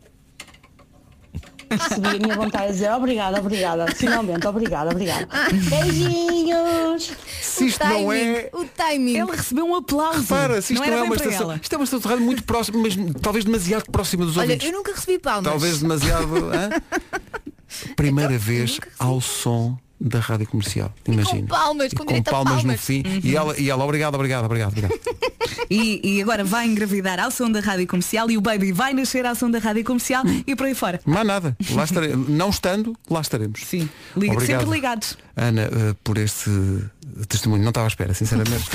Recebi a minha vontade de dizer obrigada, finalmente, obrigada. Beijinhos! Se isto não é... O timing. Ele recebeu um aplauso. Repara, se isto não é uma estação... ela. Isto é uma estação de rádio muito próxima, mas talvez demasiado próxima dos Olha, ouvintes. eu nunca recebi palmas. Talvez demasiado... Primeira vez ao som da rádio comercial. Imagina. Com palmas no fim. E ela obrigado. E agora vai engravidar ao som da rádio comercial e o baby vai nascer ao som da rádio comercial e por aí fora. Mas nada. Lá estaremos. Não estando, lá estaremos. Sim. Obrigado, sempre ligados. Ana, por este testemunho. Não estava à espera, sinceramente.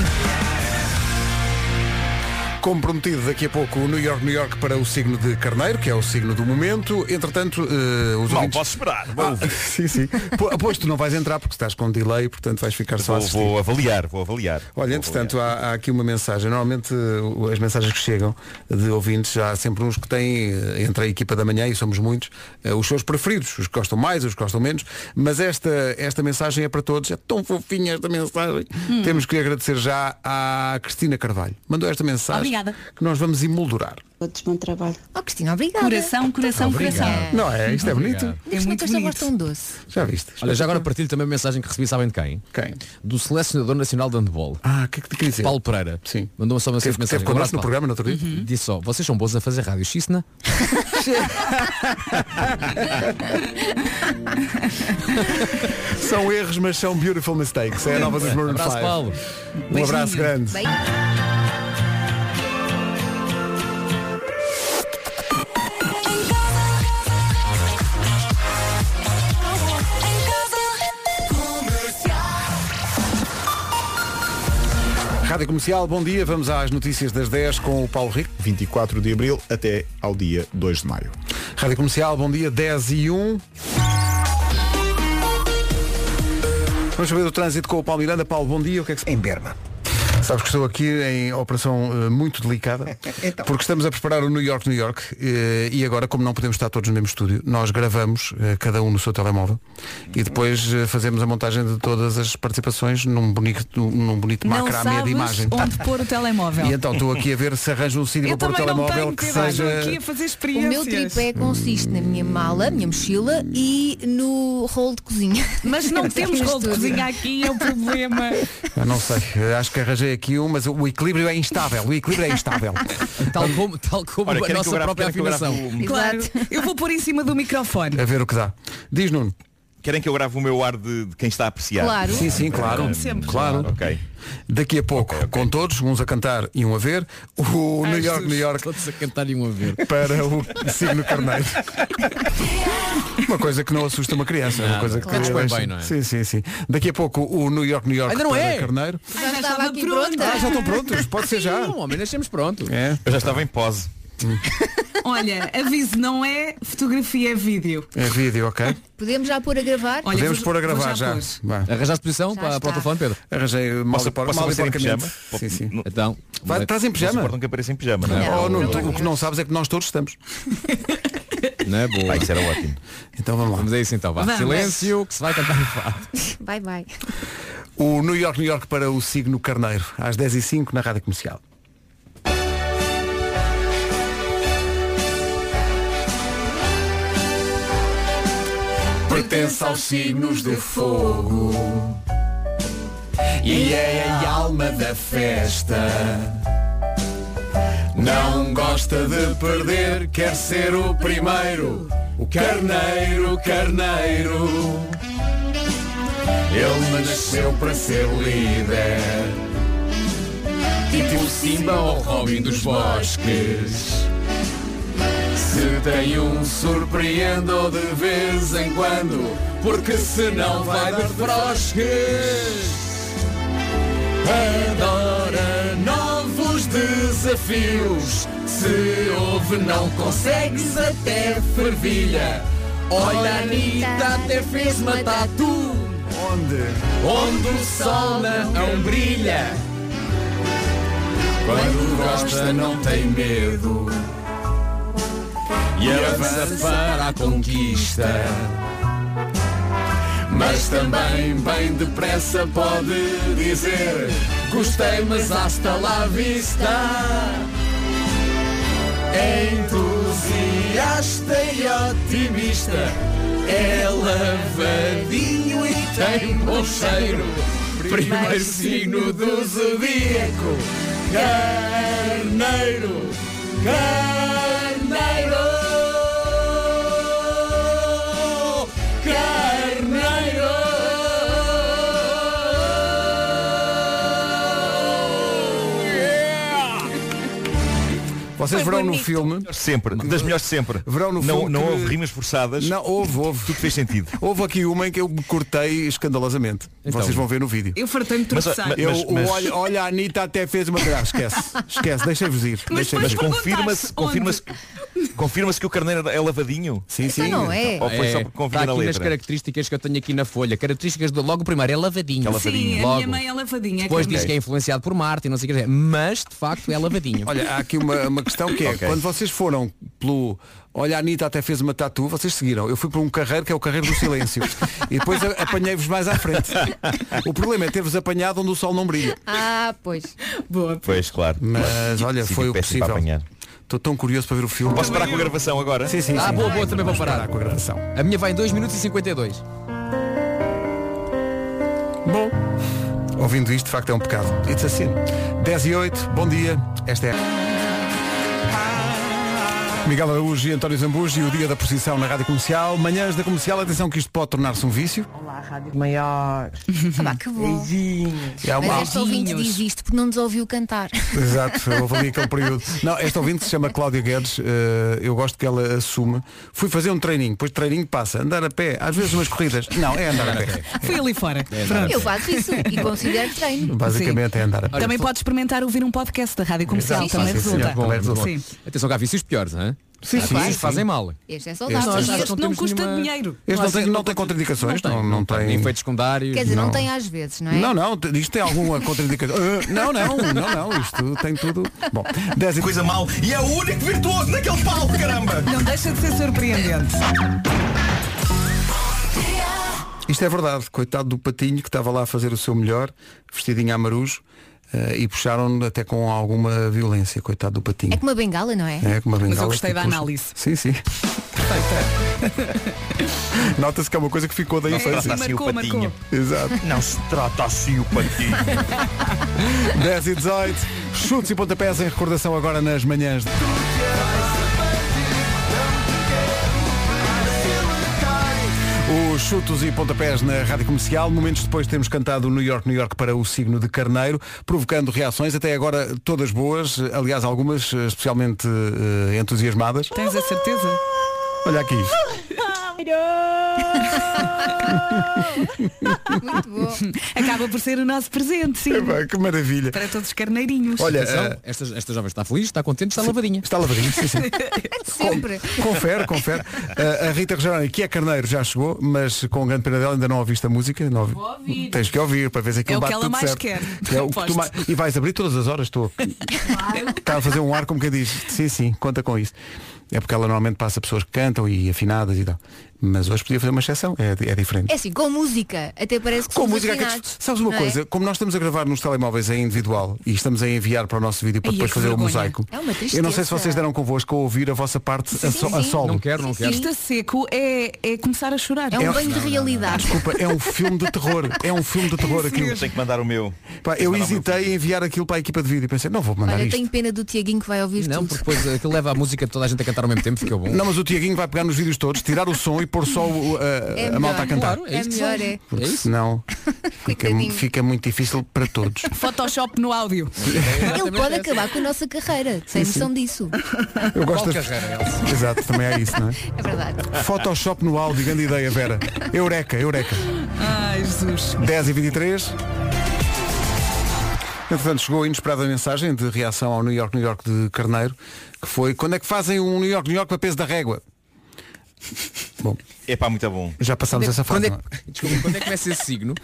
Como prometido, daqui a pouco o New York para o signo de Carneiro, que é o signo do momento. Entretanto, os Mal ouvintes... posso esperar. Sim. Pois tu não vais entrar porque estás com delay, portanto vais ficar só a assistir. Vou avaliar. Olha, entretanto, há aqui uma mensagem. Normalmente as mensagens que chegam de ouvintes, já há sempre uns que têm, entre a equipa da manhã, e somos muitos, os seus preferidos, os que gostam mais, os que gostam menos, mas esta mensagem é para todos. É tão fofinha esta mensagem. Temos que agradecer já à Cristina Carvalho. Mandou esta mensagem. Obrigada. Que nós vamos emoldurar. Todos bom trabalho. Oh, Cristina, obrigada. Coração. Não é? Isto é bonito. É muito bonito. Tão doce. Já viste? Olha, já agora partilho também a mensagem que recebi, sabem de quem? Quem? Do selecionador nacional de handball. O que é que te quer dizer? Paulo Pereira. Sim. Mandou-me só uma mensagem. Teve connosco no programa no outro dia? Disse só, vocês são bons a fazer rádio xisna? São erros, mas são beautiful mistakes. É a nova dos Maroon 5. Abraço, Paulo. Um abraço grande. Rádio Comercial, bom dia. Vamos às notícias das 10 com o Paulo Rico. 24 de abril até ao dia 2 de maio. Rádio Comercial, bom dia, 10:01. Vamos saber do trânsito com o Paulo Miranda. Paulo, bom dia. O que é que... Em Berma. Sabes que estou aqui em operação muito delicada, Então. porque estamos a preparar o New York, e agora, como não podemos estar todos no mesmo estúdio, nós gravamos, cada um no seu telemóvel, e depois fazemos a montagem de todas as participações num bonito macramê de imagem. Onde pôr o telemóvel. E então estou aqui a ver se arranjo um sítio para pôr o telemóvel que seja... aqui a fazer O experiências. meu tripé consiste na minha mala, minha mochila e no rolo de cozinha. Mas não Aqui temos no rolo de estúdio. cozinha aqui, é o problema. Eu não sei, acho que arranjei aqui mas o equilíbrio é instável. Tal como Olha, a nossa própria afirmação. Claro, eu vou pôr em cima do microfone. A ver o que dá. Diz, Nuno. Querem que eu grave o meu ar de quem está a apreciar? Claro. Sim, claro. Como sempre. Claro. Ok. Daqui a pouco, com todos, uns a cantar e um a ver, o New York Todos a cantar e um a ver. para o signo Carneiro. Uma coisa que não assusta uma criança. Uma coisa que Dispõe bem, não é? Sim. Daqui a pouco o New York Ainda não para é? Carneiro. Já estava aqui pronta. Já estão prontos? Pode ser já. Não, homem, nascemos pronto. É. Eu já estava em pose. Olha, aviso, não é fotografia, é vídeo. É vídeo, ok? Podemos já pôr a gravar? Olha, Podemos vou- pôr a vou gravar já. pôs. Vá. Arranjaste posição para o está. telefone, Pedro? Arranjei mal Posso e aparecer em porcamente. pijama? Sim. Então. Estás em Não se pijama? importam que apareça em pijama, não é? Não. Oh, Nuno, o que não sabes é que nós todos estamos. Não é boa. Pá, isso era ótimo. Então vamos lá. Vamos a isso então, vá. Vamos. Silêncio, que se vai cantar no fado. Vai. O New York para o signo Carneiro, às 10:05 na Rádio Comercial. Pertence aos signos de fogo e é a alma da festa. Não gosta de perder, quer ser o primeiro. O carneiro. Ele nasceu para ser líder, tipo Simba ou Robin dos bosques. Se tem um, surpreende-o de vez em quando, porque senão vai de frosques. Adora nós. desafios. Se ouve não consegues até fervilha. Olha, a Anitta até fez uma tatu. Onde o sol não brilha. Quando gosta não tem medo e avança para a conquista. Mas também bem depressa pode dizer: gostei, mas hasta la vista. É entusiasta e otimista, é lavadinho e tem bom cheiro. Primeiro signo do zodíaco, Carneiro, Carneiro, Carneiro. Vocês verão no filme sempre, das melhores de sempre. Verão no não, filme não que... houve rimas forçadas. Não, houve. Tudo fez sentido. Houve aqui uma em que eu me cortei escandalosamente. Então. Vocês vão ver no vídeo. Eu fartei-me tropeçar. Olha, a Anitta até fez uma... Esquece, deixem-vos ir. Mas confirma-se que o Carneiro é lavadinho? Sim, sim. Então não é. Ou foi só porque convinha na aqui letra? nas características que eu tenho aqui na folha. Características logo o primeiro é lavadinho. Sim, a minha mãe é lavadinha. Depois diz que é influenciado por Marte e não sei o que. Mas de facto é lavadinho. Olha, há aqui uma questão que é, quando vocês foram pelo... Olha, a Anitta até fez uma tatu, vocês seguiram. Eu fui por um carreiro que é o carreiro do silêncio. E depois apanhei-vos mais à frente. O problema é ter-vos apanhado onde o sol não brilha. Ah, pois. Boa. Pois, claro. Mas olha, foi o possível. Estou tão curioso para ver o filme. Posso parar com a gravação agora? Sim, sim. Boa, também vou parar com a gravação. A minha vai em 2 minutos e 52. Bom, ouvindo isto, de facto é um pecado. It's a sin. 10:08, bom dia. Esta é Miguel Araújo e António Zambujo e o dia da procissão na Rádio Comercial. Manhãs da Comercial, atenção que isto pode tornar-se um vício. Olá, Rádio Maior. Ah, que bom. Beijinhos. Mas este ouvinte diz isto porque não nos ouviu cantar. Exato, houve ali aquele período. Não, esta ouvinte se chama Cláudia Guedes, eu gosto que ela assume. Fui fazer um treininho, depois de treininho passa, andar a pé, às vezes umas corridas. Não, é andar a pé. Fui ali fora. Eu faço isso e considero treino. Basicamente é andar a pé. Também podes experimentar ouvir um podcast da Rádio Comercial. Exato. Também resulta. Sim. Atenção que há vícios piores, não é? Sim, Claro, fazem mal. Este é saudável. Este não custa dinheiro. Este não tem contraindicações, não tem efeitos secundários. Quer dizer, não tem às vezes, não é? Não, isto tem alguma contraindicação. Não, isto tem tudo. Bom, 10 coisa mal e é o único virtuoso naquele palco, caramba! Não deixa de ser surpreendente. Isto é verdade, coitado do Patinho que estava lá a fazer o seu melhor, vestidinho a marujo. E puxaram até com alguma violência, coitado do Patinho. É com uma bengala, não é? É com uma bengala. Mas eu gostei da análise. Sim. Nota-se que é uma coisa que ficou da infância. Marcou. Exato. Não se trata assim o Patinho. 10:18, chutes e pontapés em recordação agora nas manhãs. Os chutos e pontapés na Rádio Comercial. Momentos depois temos cantado New York, New York para o signo de Carneiro, provocando reações, até agora todas boas, aliás algumas especialmente entusiasmadas. Tens a certeza? Olha aqui. Muito bom. Acaba por ser o nosso presente, sim. Que maravilha. Para todos os carneirinhos. Olha, esta jovem está feliz, está contente, está lavadinha. Está lavadinha, sim. Sempre. Confere. A Rita Rogeroni, que é carneiro, já chegou, mas com grande pena dela ainda não ouviste a música. Não ouvi. Vou ouvir. Tens que ouvir para ver se aquilo bate É o que ela tudo mais certo. quer. É o que tu E vais abrir todas as horas, estou. Está a fazer um ar como quem diz. Sim, conta com isso. É porque ela normalmente passa pessoas que cantam e afinadas e tal. Mas hoje podia fazer uma exceção, é diferente. É assim, com música, até parece que com somos música afinados, sabes uma coisa, como nós estamos a gravar nos telemóveis em individual e estamos a enviar para o nosso vídeo para depois fazer o mosaico. É uma tristeza. Eu não sei se vocês deram convosco a ouvir a vossa parte a solo. Não quero. Isto a seco é começar a chorar. É um banho de realidade. Desculpa, é um filme de terror. É um filme de terror aquilo. Tenho que mandar o meu. Eu hesitei em enviar aquilo para a equipa de vídeo e pensei, não vou mandar Olha, isto. tenho pena do Tiaguinho que vai ouvir Não, tudo. porque depois aquilo leva a música de toda a gente a cantar ao mesmo tempo, fica bom. Não, mas o Tiaguinho vai pegar nos vídeos todos, tirar o som e pôr só a malta a cantar. Claro, É melhor, é. Porque senão fica muito difícil para todos. Photoshop no áudio. Ele pode acabar com a nossa carreira, sem noção disso. Eu gosto Qual carreira, Elsa? Exato, também é isso, não é? É verdade. Photoshop no áudio, grande ideia, Vera. Eureka. Ai, Jesus. 10:23. Portanto, chegou a inesperada mensagem de reação ao New York de Carneiro, que foi: quando é que fazem um New York para peso da régua? Bom, é pá, muito bom. Já passámos essa fase. Desculpa, quando é que começa esse signo?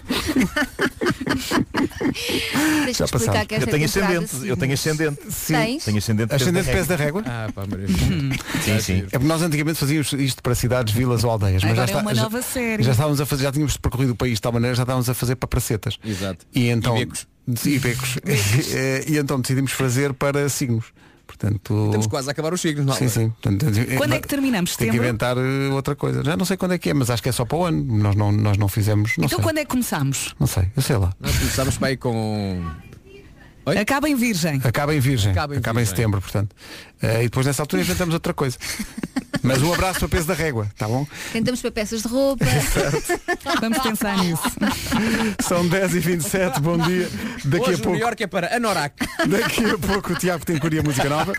Deixa-me explicar que esta eu tenho temporada ascendente. Eu tenho ascendente. Sim. Tens? Tenho ascendente de peso da régua? Ah, pá, maravilha. Sim. É porque nós antigamente fazíamos isto para cidades, vilas ou aldeias. Mas Agora já é uma nova série. Já estávamos a fazer, já tínhamos percorrido o país de tal maneira, já estávamos a fazer para pracetas. Exato. E então, E becos. E becos. E então decidimos fazer para signos. Portanto, Estamos quase a acabar os signos, não é? Sim. Portanto, quando é que terminamos? Tem que inventar outra coisa. Já não sei quando é que é, mas acho que é só para o ano. Nós não fizemos. Não então sei. quando é que começamos? Não sei, eu sei lá. Nós começamos para aí com... Oi? Acaba em Virgem. Acaba em setembro, portanto. E depois nessa altura inventamos outra coisa. Mas um abraço para peso da régua, tá bom? Cantamos para peças de roupa. Vamos pensar nisso. São 10h27, bom dia. Daqui Hoje a pouco. O New York é para Anorak. Daqui a pouco o Tiago tem a música nova.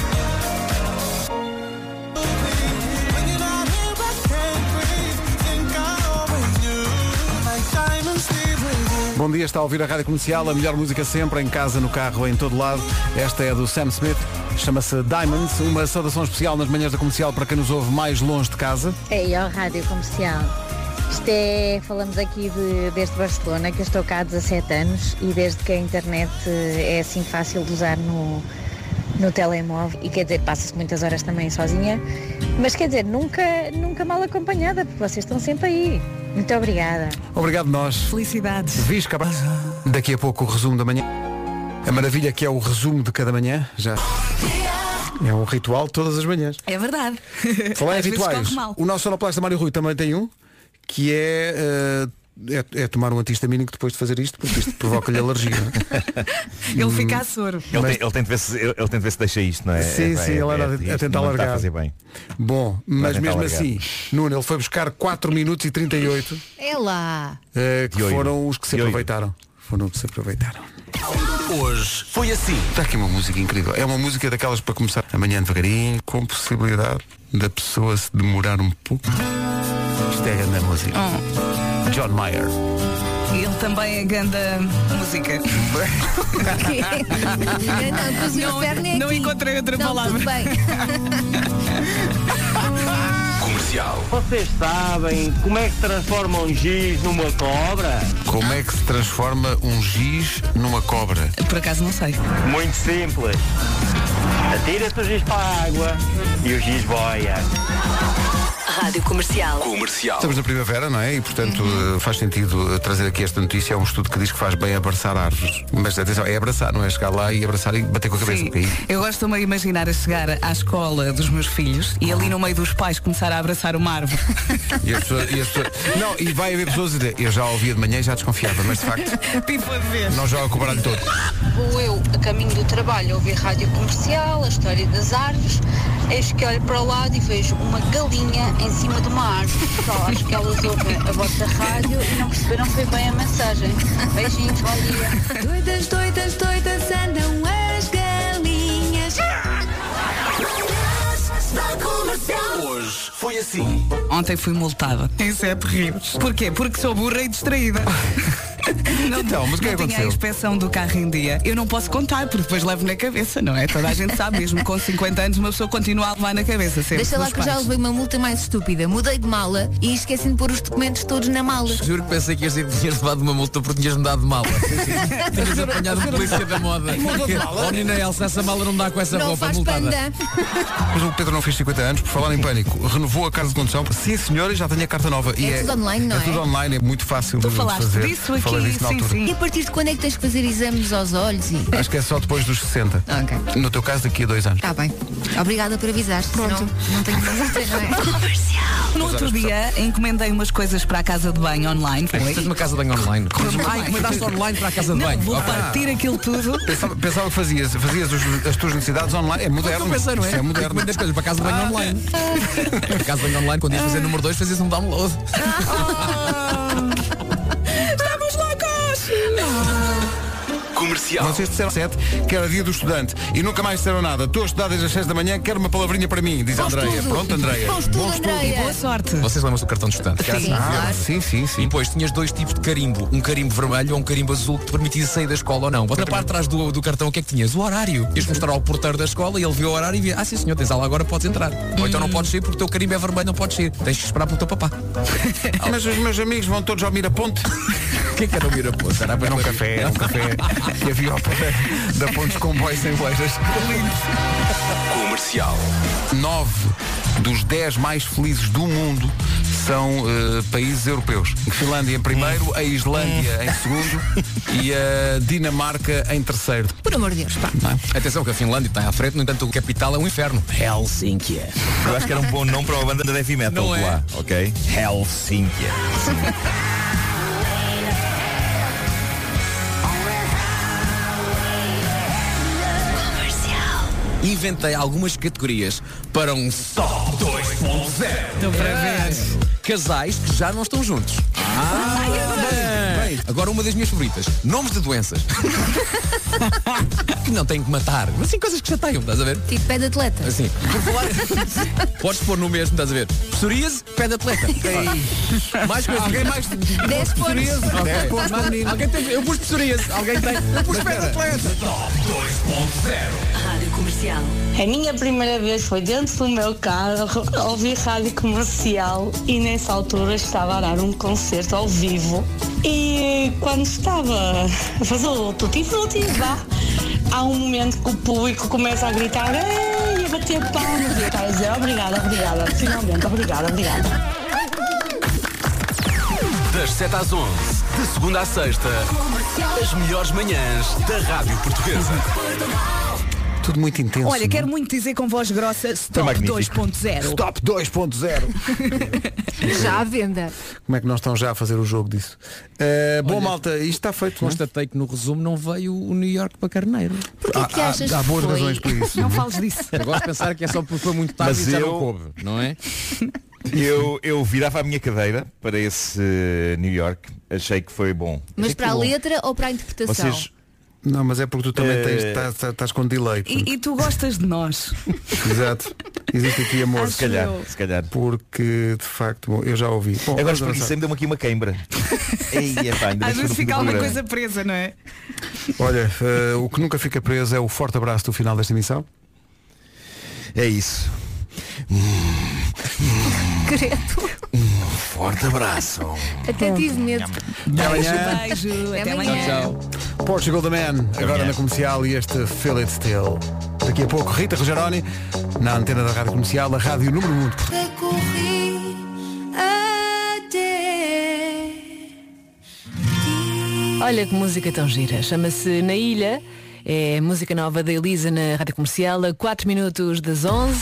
Bom dia, está a ouvir a Rádio Comercial, a melhor música sempre, em casa, no carro, em todo lado. Esta é do Sam Smith, chama-se Diamonds, uma saudação especial nas manhãs da Comercial para quem nos ouve mais longe de casa. É a Rádio Comercial. Falamos aqui desde Barcelona, que eu estou cá há 17 anos e desde que a internet é assim fácil de usar no telemóvel e quer dizer, passa-se muitas horas também sozinha, mas quer dizer, nunca mal acompanhada, porque vocês estão sempre aí. Muito obrigada. Obrigado nós. Felicidades. Visca. Daqui a pouco o resumo da manhã. A maravilha que é o resumo de cada manhã. Já é um ritual todas as manhãs. É verdade. Falar em rituais. O nosso sonoplasta Mário Rui também tem um, que é tomar um antihistamínico depois de fazer isto, porque isto provoca-lhe alergia. Ele fica a soro. Ele tenta ver se deixa isto, não é? Sim, ele anda a tentar largar. Fazer bem. Bom, mas mesmo assim, Nuno, ele foi buscar 4 minutos e 38. É lá. Que foram os que se aproveitaram. Foram os que se aproveitaram. Hoje foi assim. Está aqui uma música incrível. É uma música daquelas para começar amanhã devagarinho, com possibilidade da pessoa se demorar um pouco. Isto é a grande música. John Mayer. Ele também é ganda música. Não encontrei outra palavra. Tudo bem. Comercial. Vocês sabem como é que transforma um giz numa cobra? Como é que se transforma um giz numa cobra? Por acaso não sei. Muito simples. Atira-se o giz para a água e o giz boia. Rádio Comercial. Estamos na primavera, não é? E portanto faz sentido trazer aqui esta notícia. É um estudo que diz que faz bem abraçar árvores. Mas atenção, é abraçar, não é chegar lá e abraçar e bater com a cabeça. Sim. Eu gosto também de imaginar a chegar à escola dos meus filhos e ali no meio dos pais começar a abraçar uma árvore. E as pessoas... Não, e vai haver pessoas a dizer, eu já ouvia de manhã e já desconfiava, mas de facto Pipa de vez. não joga com o baralho todo. Vou eu a caminho do trabalho a ouvir Rádio Comercial, a história das árvores. Eis que olho para o lado e vejo uma galinha em cima de uma árvore. Só acho que elas ouvem a vossa rádio e não perceberam foi bem a mensagem. Beijinhos, bom dia. Doidas, doidas, doidas andam as galinhas. Hoje foi assim. Ontem fui multada em 7 rios. Porquê? Porque sou burra e distraída. Então, mas o que não tinha aconteceu? a inspeção do carro em dia. Eu não posso contar, porque depois levo na cabeça, não é? Toda a gente sabe, mesmo com 50 anos, uma pessoa continua a levar na cabeça. Sempre. Deixa lá que eu já levei uma multa mais estúpida. Mudei de mala e esqueci de pôr os documentos todos na mala. Juro que pensei que ias dizer que tinhas levado uma multa porque tinhas mudado de mala. Tinhas apanhado a polícia da moda. Oh, Nina Elsa, essa mala não dá com essa Não roupa faz multada. panda. Mas o Pedro não fez 50 anos, por falar em pânico, renovou a carta de condução. Sim, senhora, já tenho a carta nova. É tudo online, não é? É tudo online, é muito fácil Tu de falaste fazer. disso aqui, Falei disso na sim, altura. sim. E a partir de quando é que tens que fazer exames aos olhos? Acho que é só depois dos 60. Ok. No teu caso, daqui a 2 anos. Está bem. Obrigada por avisar. Pronto. Não tenho mais a dizer, não é? No outro dia encomendei umas coisas para a casa de banho online. Tens uma casa de banho online. Encomendaste online para a casa de Não, banho. vou Ok. partir aquilo tudo. Pensava que fazias as tuas necessidades online. É moderno. Não pensei, não é? Isso é moderno. Encomendas coisas para a casa de banho online. Para a casa de banho online, quando ias fazer número 2, fazias um download. Estamos loucos! Comercial. Vocês disseram 7 que era dia do estudante e nunca mais disseram nada. Estou a estudar desde as 6 da manhã, quero uma palavrinha para mim, diz a Andreia. Pronto, Andreia. Bom estudo, E boa sorte. Vocês lembram-se do cartão de estudante? Sim. E depois tinhas dois tipos de carimbo. Um carimbo vermelho ou um carimbo azul que te permitia sair da escola ou não. Na parte de trás do cartão, o que é que tinhas? O horário. Ias mostrar ao porteiro da escola e ele viu o horário e via, sim senhor, tens aula agora, podes entrar. Ou então não podes sair porque o teu carimbo é vermelho, não podes sair. Tens que esperar pelo teu papá. Mas os meus amigos vão todos ao Miraponte. O que é que era o Miraponte? Era um café que havia ao pé da Pontes Comboios em Leijas. Comercial. 9 dos 10 mais felizes do mundo são países europeus. A Finlândia em primeiro, a Islândia em segundo e a Dinamarca em terceiro. Por amor de Deus, pá. Atenção que a Finlândia está à frente, no entanto o capital é um inferno. Helsinki. Eu acho que era um bom nome para uma banda de heavy metal não lá, é? ok? Helsinki. Inventei algumas categorias para um Top 2.0. Estou para ver. Casais que já não estão juntos. Bem. Agora uma das minhas favoritas. Nomes de doenças. Que não têm que matar. Mas assim coisas que chateiam, estás a ver? Tipo pé de atleta. Assim. Por falar. Podes pôr no mesmo, estás a ver? Psoríase, pé de atleta. Mais coisas. Alguém mais. 10 pontos. Okay. Alguém tem. Eu pus psoríase. Alguém tem. Eu pus pé de atleta. Top 2.0. Rádio Comercial. A minha primeira vez foi dentro do meu carro, ouvi rádio comercial e nessa altura estava a dar um concerto ao vivo. E quando estava a fazer o tutti-frutti, há um momento que o público começa a gritar e a bater palmas e eu estava a dizer obrigada, finalmente, obrigada. Das 7 às 11, de segunda à sexta, as melhores manhãs da Rádio Portuguesa. Tudo muito intenso. Olha, quero muito dizer com voz grossa Stop 2.0. Stop 2.0. Já à venda. Como é que nós estamos já a fazer o jogo disso? Bom, malta, isto está feito. Constatei que no resumo não veio o New York para Carneiro. Porquê que achas há boas que foi? razões para isso. Não fales disso. Eu gosto de pensar que é só porque foi muito tarde Mas e já eu- não coube, não é? Eu virava a minha cadeira para esse New York. Achei que foi bom. Mas Achei que para a foi bom. letra ou para a interpretação? Vocês... Não, mas é porque tu também estás com delay. E tu gostas de nós. Exato. Existe aqui amor. Acho eu. Se calhar. Porque, de facto, bom, eu já ouvi. Bom, Agora vamos espreguicei-me, deu-me aqui uma queimbra. Ei, epá, ainda Às bem que foi vezes no fim fica do alguma programa. coisa presa, não é? Olha, o que nunca fica preso é o forte abraço do final desta emissão. É isso. Credo. Forte abraço. Até tive medo. Até amanhã. Beijo. Até Até amanhã. amanhã. Tchau. Portugal The Man, agora amanhã. na comercial e este Feel It Still. Daqui a pouco, Rita Rogeroni, na antena da Rádio Comercial, a Rádio Número 1 de Portugal. Olha que música tão gira. Chama-se Na Ilha. É música nova da Elisa na Rádio Comercial a 4 minutos das 11.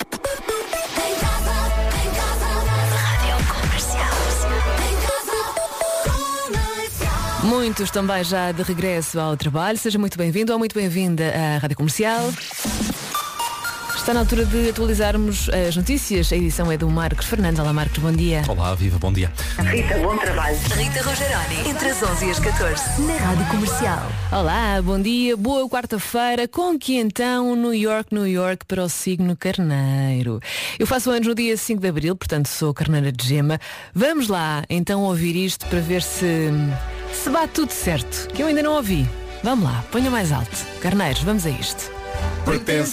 Muitos também já de regresso ao trabalho. Seja muito bem-vindo ou muito bem-vinda à Rádio Comercial. Está na altura de atualizarmos as notícias. A edição é do Marcos Fernandes. Olá, Marcos, bom dia. Olá, viva, bom dia. Rita, bom trabalho. Rita Rogeroni, entre as 11 e as 14, na Rádio Comercial. Olá, bom dia, boa quarta-feira. Com que então New York para o signo Carneiro? Eu faço anos no dia 5 de Abril, portanto sou carneira de gema. Vamos lá então ouvir isto para ver se bate tudo certo, que eu ainda não ouvi. Vamos lá, ponha mais alto. Carneiros, vamos a isto. Pertence